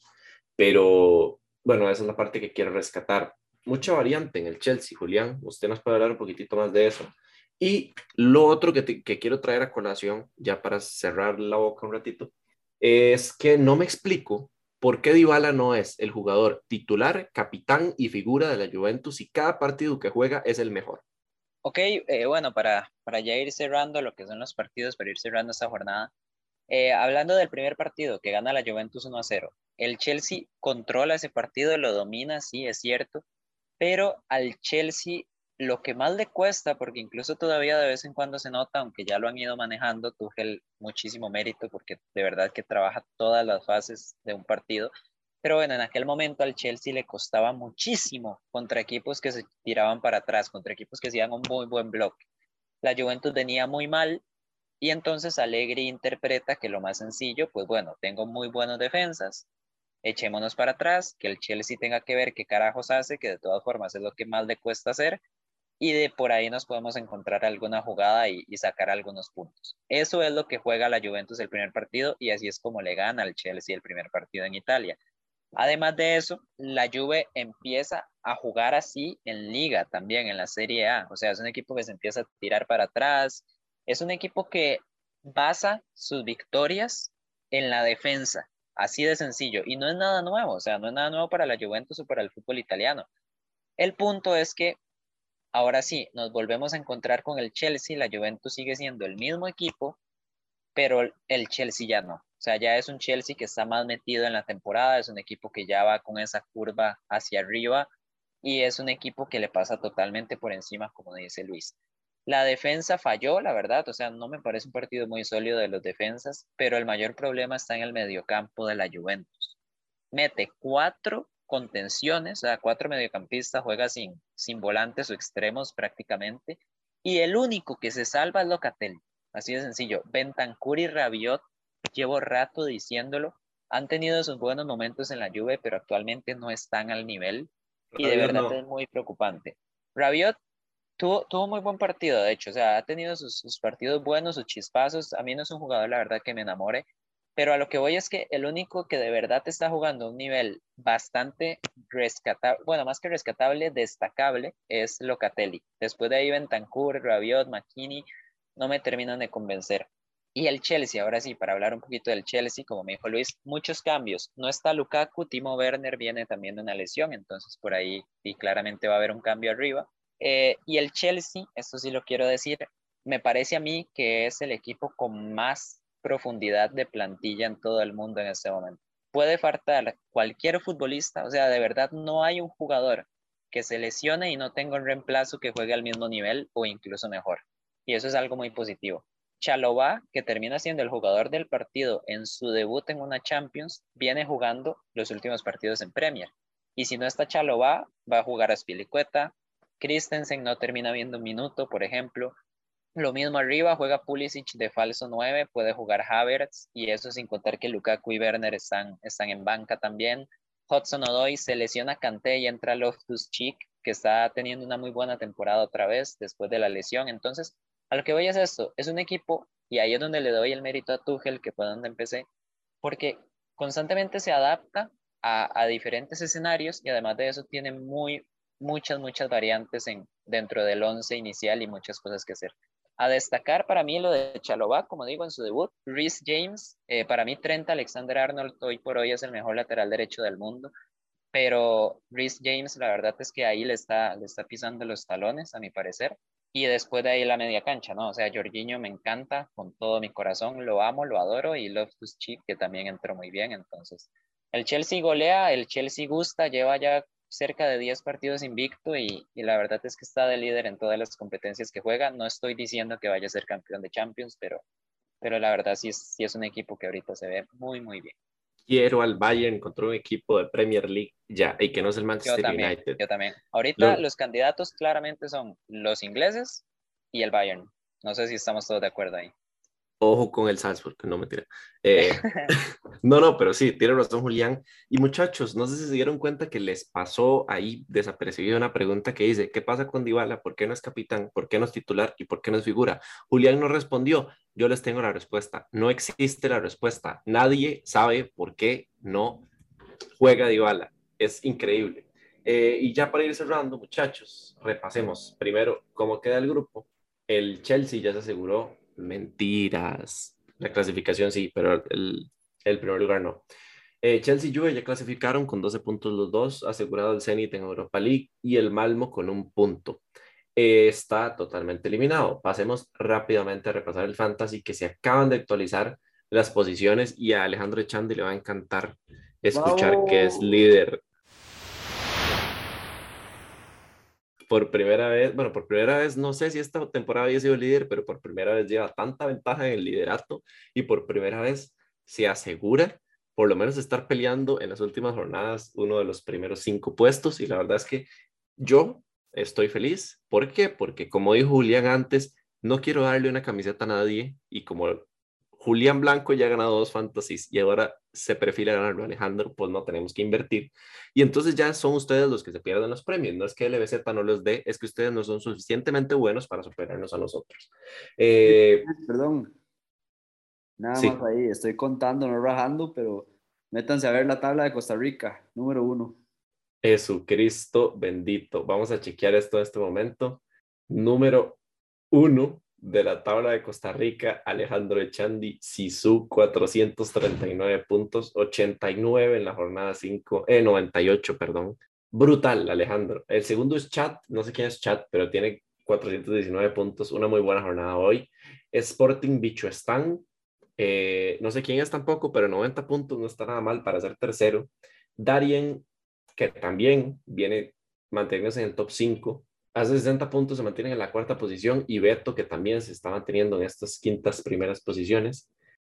Pero bueno, esa es la parte que quiero rescatar. Mucha variante en el Chelsea, Julián. Usted nos puede hablar un poquitito más de eso. Y lo otro que quiero traer a colación, ya para cerrar la boca un ratito, es que no me explico por qué Dybala no es el jugador titular, capitán y figura de la Juventus y cada partido que juega es el mejor. Ok, bueno, para ya ir cerrando lo que son los partidos, para ir cerrando esta jornada, hablando del primer partido que gana la Juventus 1-0, el Chelsea controla ese partido, lo domina, sí, es cierto, pero al Chelsea lo que más le cuesta, porque incluso todavía de vez en cuando se nota, aunque ya lo han ido manejando, Tuchel muchísimo mérito, porque de verdad que trabaja todas las fases de un partido, pero bueno, en aquel momento al Chelsea le costaba muchísimo contra equipos que se tiraban para atrás, contra equipos que hacían un muy buen bloque. La Juventus venía muy mal y entonces Allegri interpreta que lo más sencillo, pues bueno, tengo muy buenas defensas, echémonos para atrás, que el Chelsea tenga que ver qué carajos hace, que de todas formas es lo que más le cuesta hacer, y de por ahí nos podemos encontrar alguna jugada y sacar algunos puntos. Eso es lo que juega la Juventus el primer partido y así es como le gana al Chelsea el primer partido en Italia. Además de eso, la Juve empieza a jugar así en Liga también, en la Serie A. O sea, es un equipo que se empieza a tirar para atrás. Es un equipo que basa sus victorias en la defensa. Así de sencillo. Y no es nada nuevo. O sea, no es nada nuevo para la Juventus o para el fútbol italiano. El punto es que ahora sí, nos volvemos a encontrar con el Chelsea. La Juventus sigue siendo el mismo equipo, pero el Chelsea ya no. O sea, ya es un Chelsea que está más metido en la temporada, es un equipo que ya va con esa curva hacia arriba y es un equipo que le pasa totalmente por encima, como dice Luis. La defensa falló, la verdad, o sea, no me parece un partido muy sólido de los defensas, pero el mayor problema está en el mediocampo de la Juventus. Mete 4 contenciones, o sea, 4 mediocampistas, juega sin volantes o extremos prácticamente, y el único que se salva es Locatelli. Así de sencillo. Bentancur y Rabiot, llevo rato diciéndolo, han tenido sus buenos momentos en la Juve, pero actualmente no están al nivel y de Rabiot verdad no. es muy preocupante. Rabiot tuvo muy buen partido, de hecho, o sea, ha tenido sus partidos buenos, sus chispazos. A mí no es un jugador, la verdad, que me enamore, pero a lo que voy es que el único que de verdad está jugando a un nivel bastante rescatable, bueno, más que rescatable, destacable, es Locatelli. Después de ahí Bentancur, Rabiot, McKennie, no me terminan de convencer. Y el Chelsea, ahora sí, para hablar un poquito del Chelsea, como me dijo Luis, muchos cambios. No está Lukaku, Timo Werner viene también de una lesión, entonces por ahí sí claramente va a haber un cambio arriba. Y el Chelsea, esto sí lo quiero decir, me parece a mí que es el equipo con más profundidad de plantilla en todo el mundo en este momento. Puede faltar cualquier futbolista, o sea, de verdad no hay un jugador que se lesione y no tenga un reemplazo que juegue al mismo nivel o incluso mejor. Y eso es algo muy positivo. Chalobah, que termina siendo el jugador del partido en su debut en una Champions, viene jugando los últimos partidos en Premier. Y si no está Chalobah, va a jugar a Spilicueta. Christensen no termina viendo un minuto, por ejemplo. Lo mismo arriba, juega Pulisic de falso 9, puede jugar Havertz, y eso sin contar que Lukaku y Werner están en banca también. Hudson-Odoi se lesiona Kanté y entra Loftus-Cheek, que está teniendo una muy buena temporada otra vez después de la lesión. Entonces, a lo que voy es esto, es un equipo, y ahí es donde le doy el mérito a Tuchel, que fue donde empecé, porque constantemente se adapta a diferentes escenarios y además de eso tiene muchas variantes dentro del once inicial y muchas cosas que hacer. A destacar para mí lo de Chalobah, como digo, en su debut. Reece James, para mí Trent Alexander-Arnold hoy por hoy es el mejor lateral derecho del mundo, pero Reece James la verdad es que ahí le está pisando los talones, a mi parecer. Y después de ahí la media cancha, ¿no? O sea, Jorginho me encanta con todo mi corazón, lo amo, lo adoro, y Loftus-Cheek, que también entró muy bien. Entonces, el Chelsea golea, el Chelsea gusta, lleva ya cerca de 10 partidos invicto y la verdad es que está de líder en todas las competencias que juega. No estoy diciendo que vaya a ser campeón de Champions, pero la verdad sí es un equipo que ahorita se ve muy bien. Quiero al Bayern contra un equipo de Premier League ya, y que no es el Manchester United. Yo también. Ahorita Lo, los candidatos claramente son los ingleses y el Bayern. No sé si estamos todos de acuerdo ahí. Ojo con el Salzburg, no mentira. No, pero sí, tiene razón Julián. Y muchachos, no sé si se dieron cuenta que les pasó ahí desapercibida una pregunta que dice, ¿qué pasa con Dybala? ¿Por qué no es capitán? ¿Por qué no es titular? ¿Y por qué no es figura? Julián no respondió. Yo les tengo la respuesta. No existe la respuesta. Nadie sabe por qué no juega Dybala. Es increíble. Y ya para ir cerrando, muchachos, repasemos primero cómo queda el grupo. El Chelsea ya se aseguró. Mentiras. La clasificación sí, pero el primer lugar no. Chelsea y Juve ya clasificaron con 12 puntos los dos, asegurado el Zenit en Europa League y el Malmo con un punto. Está totalmente eliminado. Pasemos rápidamente a repasar el Fantasy que se acaban de actualizar las posiciones y a Alejandro Echandi le va a encantar escuchar que es líder por primera vez, bueno, por primera vez, no sé si esta temporada había sido líder, pero por primera vez lleva tanta ventaja en el liderato y por primera vez se asegura por lo menos estar peleando en las últimas jornadas uno de los primeros 5 puestos y la verdad es que yo estoy feliz. ¿Por qué? Porque como dijo Julián antes, no quiero darle una camiseta a nadie y como Julián Blanco ya ha ganado 2 fantasies y ahora se perfila ganarlo Alejandro, pues no tenemos que invertir. Y entonces ya son ustedes los que se pierden los premios. No es que LBZ no los dé, es que ustedes no son suficientemente buenos para superarnos a nosotros. Perdón, nada Sí, más ahí, estoy contando, no rajando, pero métanse a ver la tabla de Costa Rica, número 1. Jesucristo bendito. Vamos a chequear esto en este momento. Número 1 de la tabla de Costa Rica, Alejandro Echandi, Sisu, 439 puntos, 89 en la jornada 5, 98, perdón. Brutal, Alejandro. El segundo es Chat, no sé quién es Chat, pero tiene 419 puntos, una muy buena jornada hoy. Sporting Bichoestán, no sé quién es tampoco, pero 90 puntos no está nada mal para ser tercero. Darien, que también viene manteniéndose en el top 5, hace 60 puntos, se mantiene en la 4ª posición, y Beto, que también se está manteniendo en estas 5ª primeras posiciones,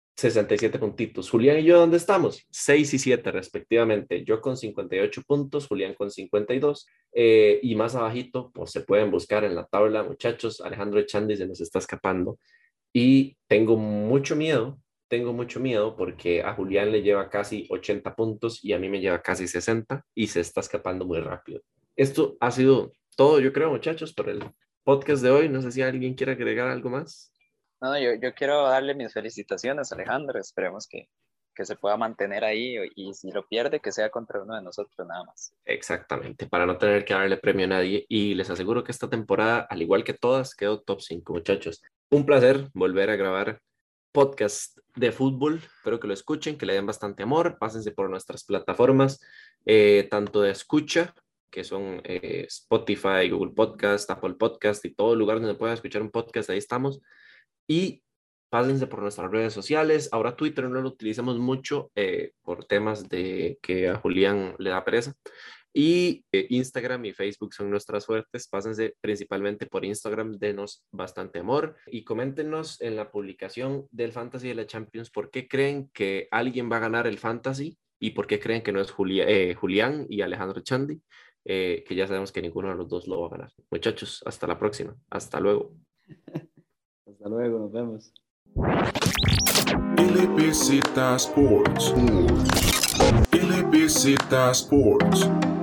67 puntitos. Julián y yo, ¿dónde estamos? 6 y 7 respectivamente. Yo con 58 puntos, Julián con 52, y más abajito, pues se pueden buscar en la tabla, muchachos. Alejandro Echandi se nos está escapando y tengo mucho miedo porque a Julián le lleva casi 80 puntos y a mí me lleva casi 60 y se está escapando muy rápido. Esto ha sido todo, yo creo, muchachos, por el podcast de hoy. No sé si alguien quiere agregar algo más. No, yo quiero darle mis felicitaciones, Alejandro. Esperemos que se pueda mantener ahí y si lo pierde, que sea contra uno de nosotros nada más. Exactamente, para no tener que darle premio a nadie. Y les aseguro que esta temporada, al igual que todas, quedó top 5, muchachos. Un placer volver a grabar podcast de fútbol. Espero que lo escuchen, que le den bastante amor. Pásense por nuestras plataformas, tanto de escucha, que son Spotify, Google Podcast, Apple Podcast y todo lugar donde puedan escuchar un podcast, ahí estamos. Y pásense por nuestras redes sociales. Ahora Twitter no lo utilizamos mucho por temas de que a Julián le da pereza. Y Instagram y Facebook son nuestras fuertes. Pásense principalmente por Instagram, denos bastante amor y coméntenos en la publicación del Fantasy de la Champions por qué creen que alguien va a ganar el Fantasy y por qué creen que no es Julián y Alejandro Echandi, que ya sabemos que ninguno de los dos lo va a ganar. Muchachos, hasta la próxima. Hasta luego. Hasta luego, nos vemos. LBZ Sports. LBZ Sports.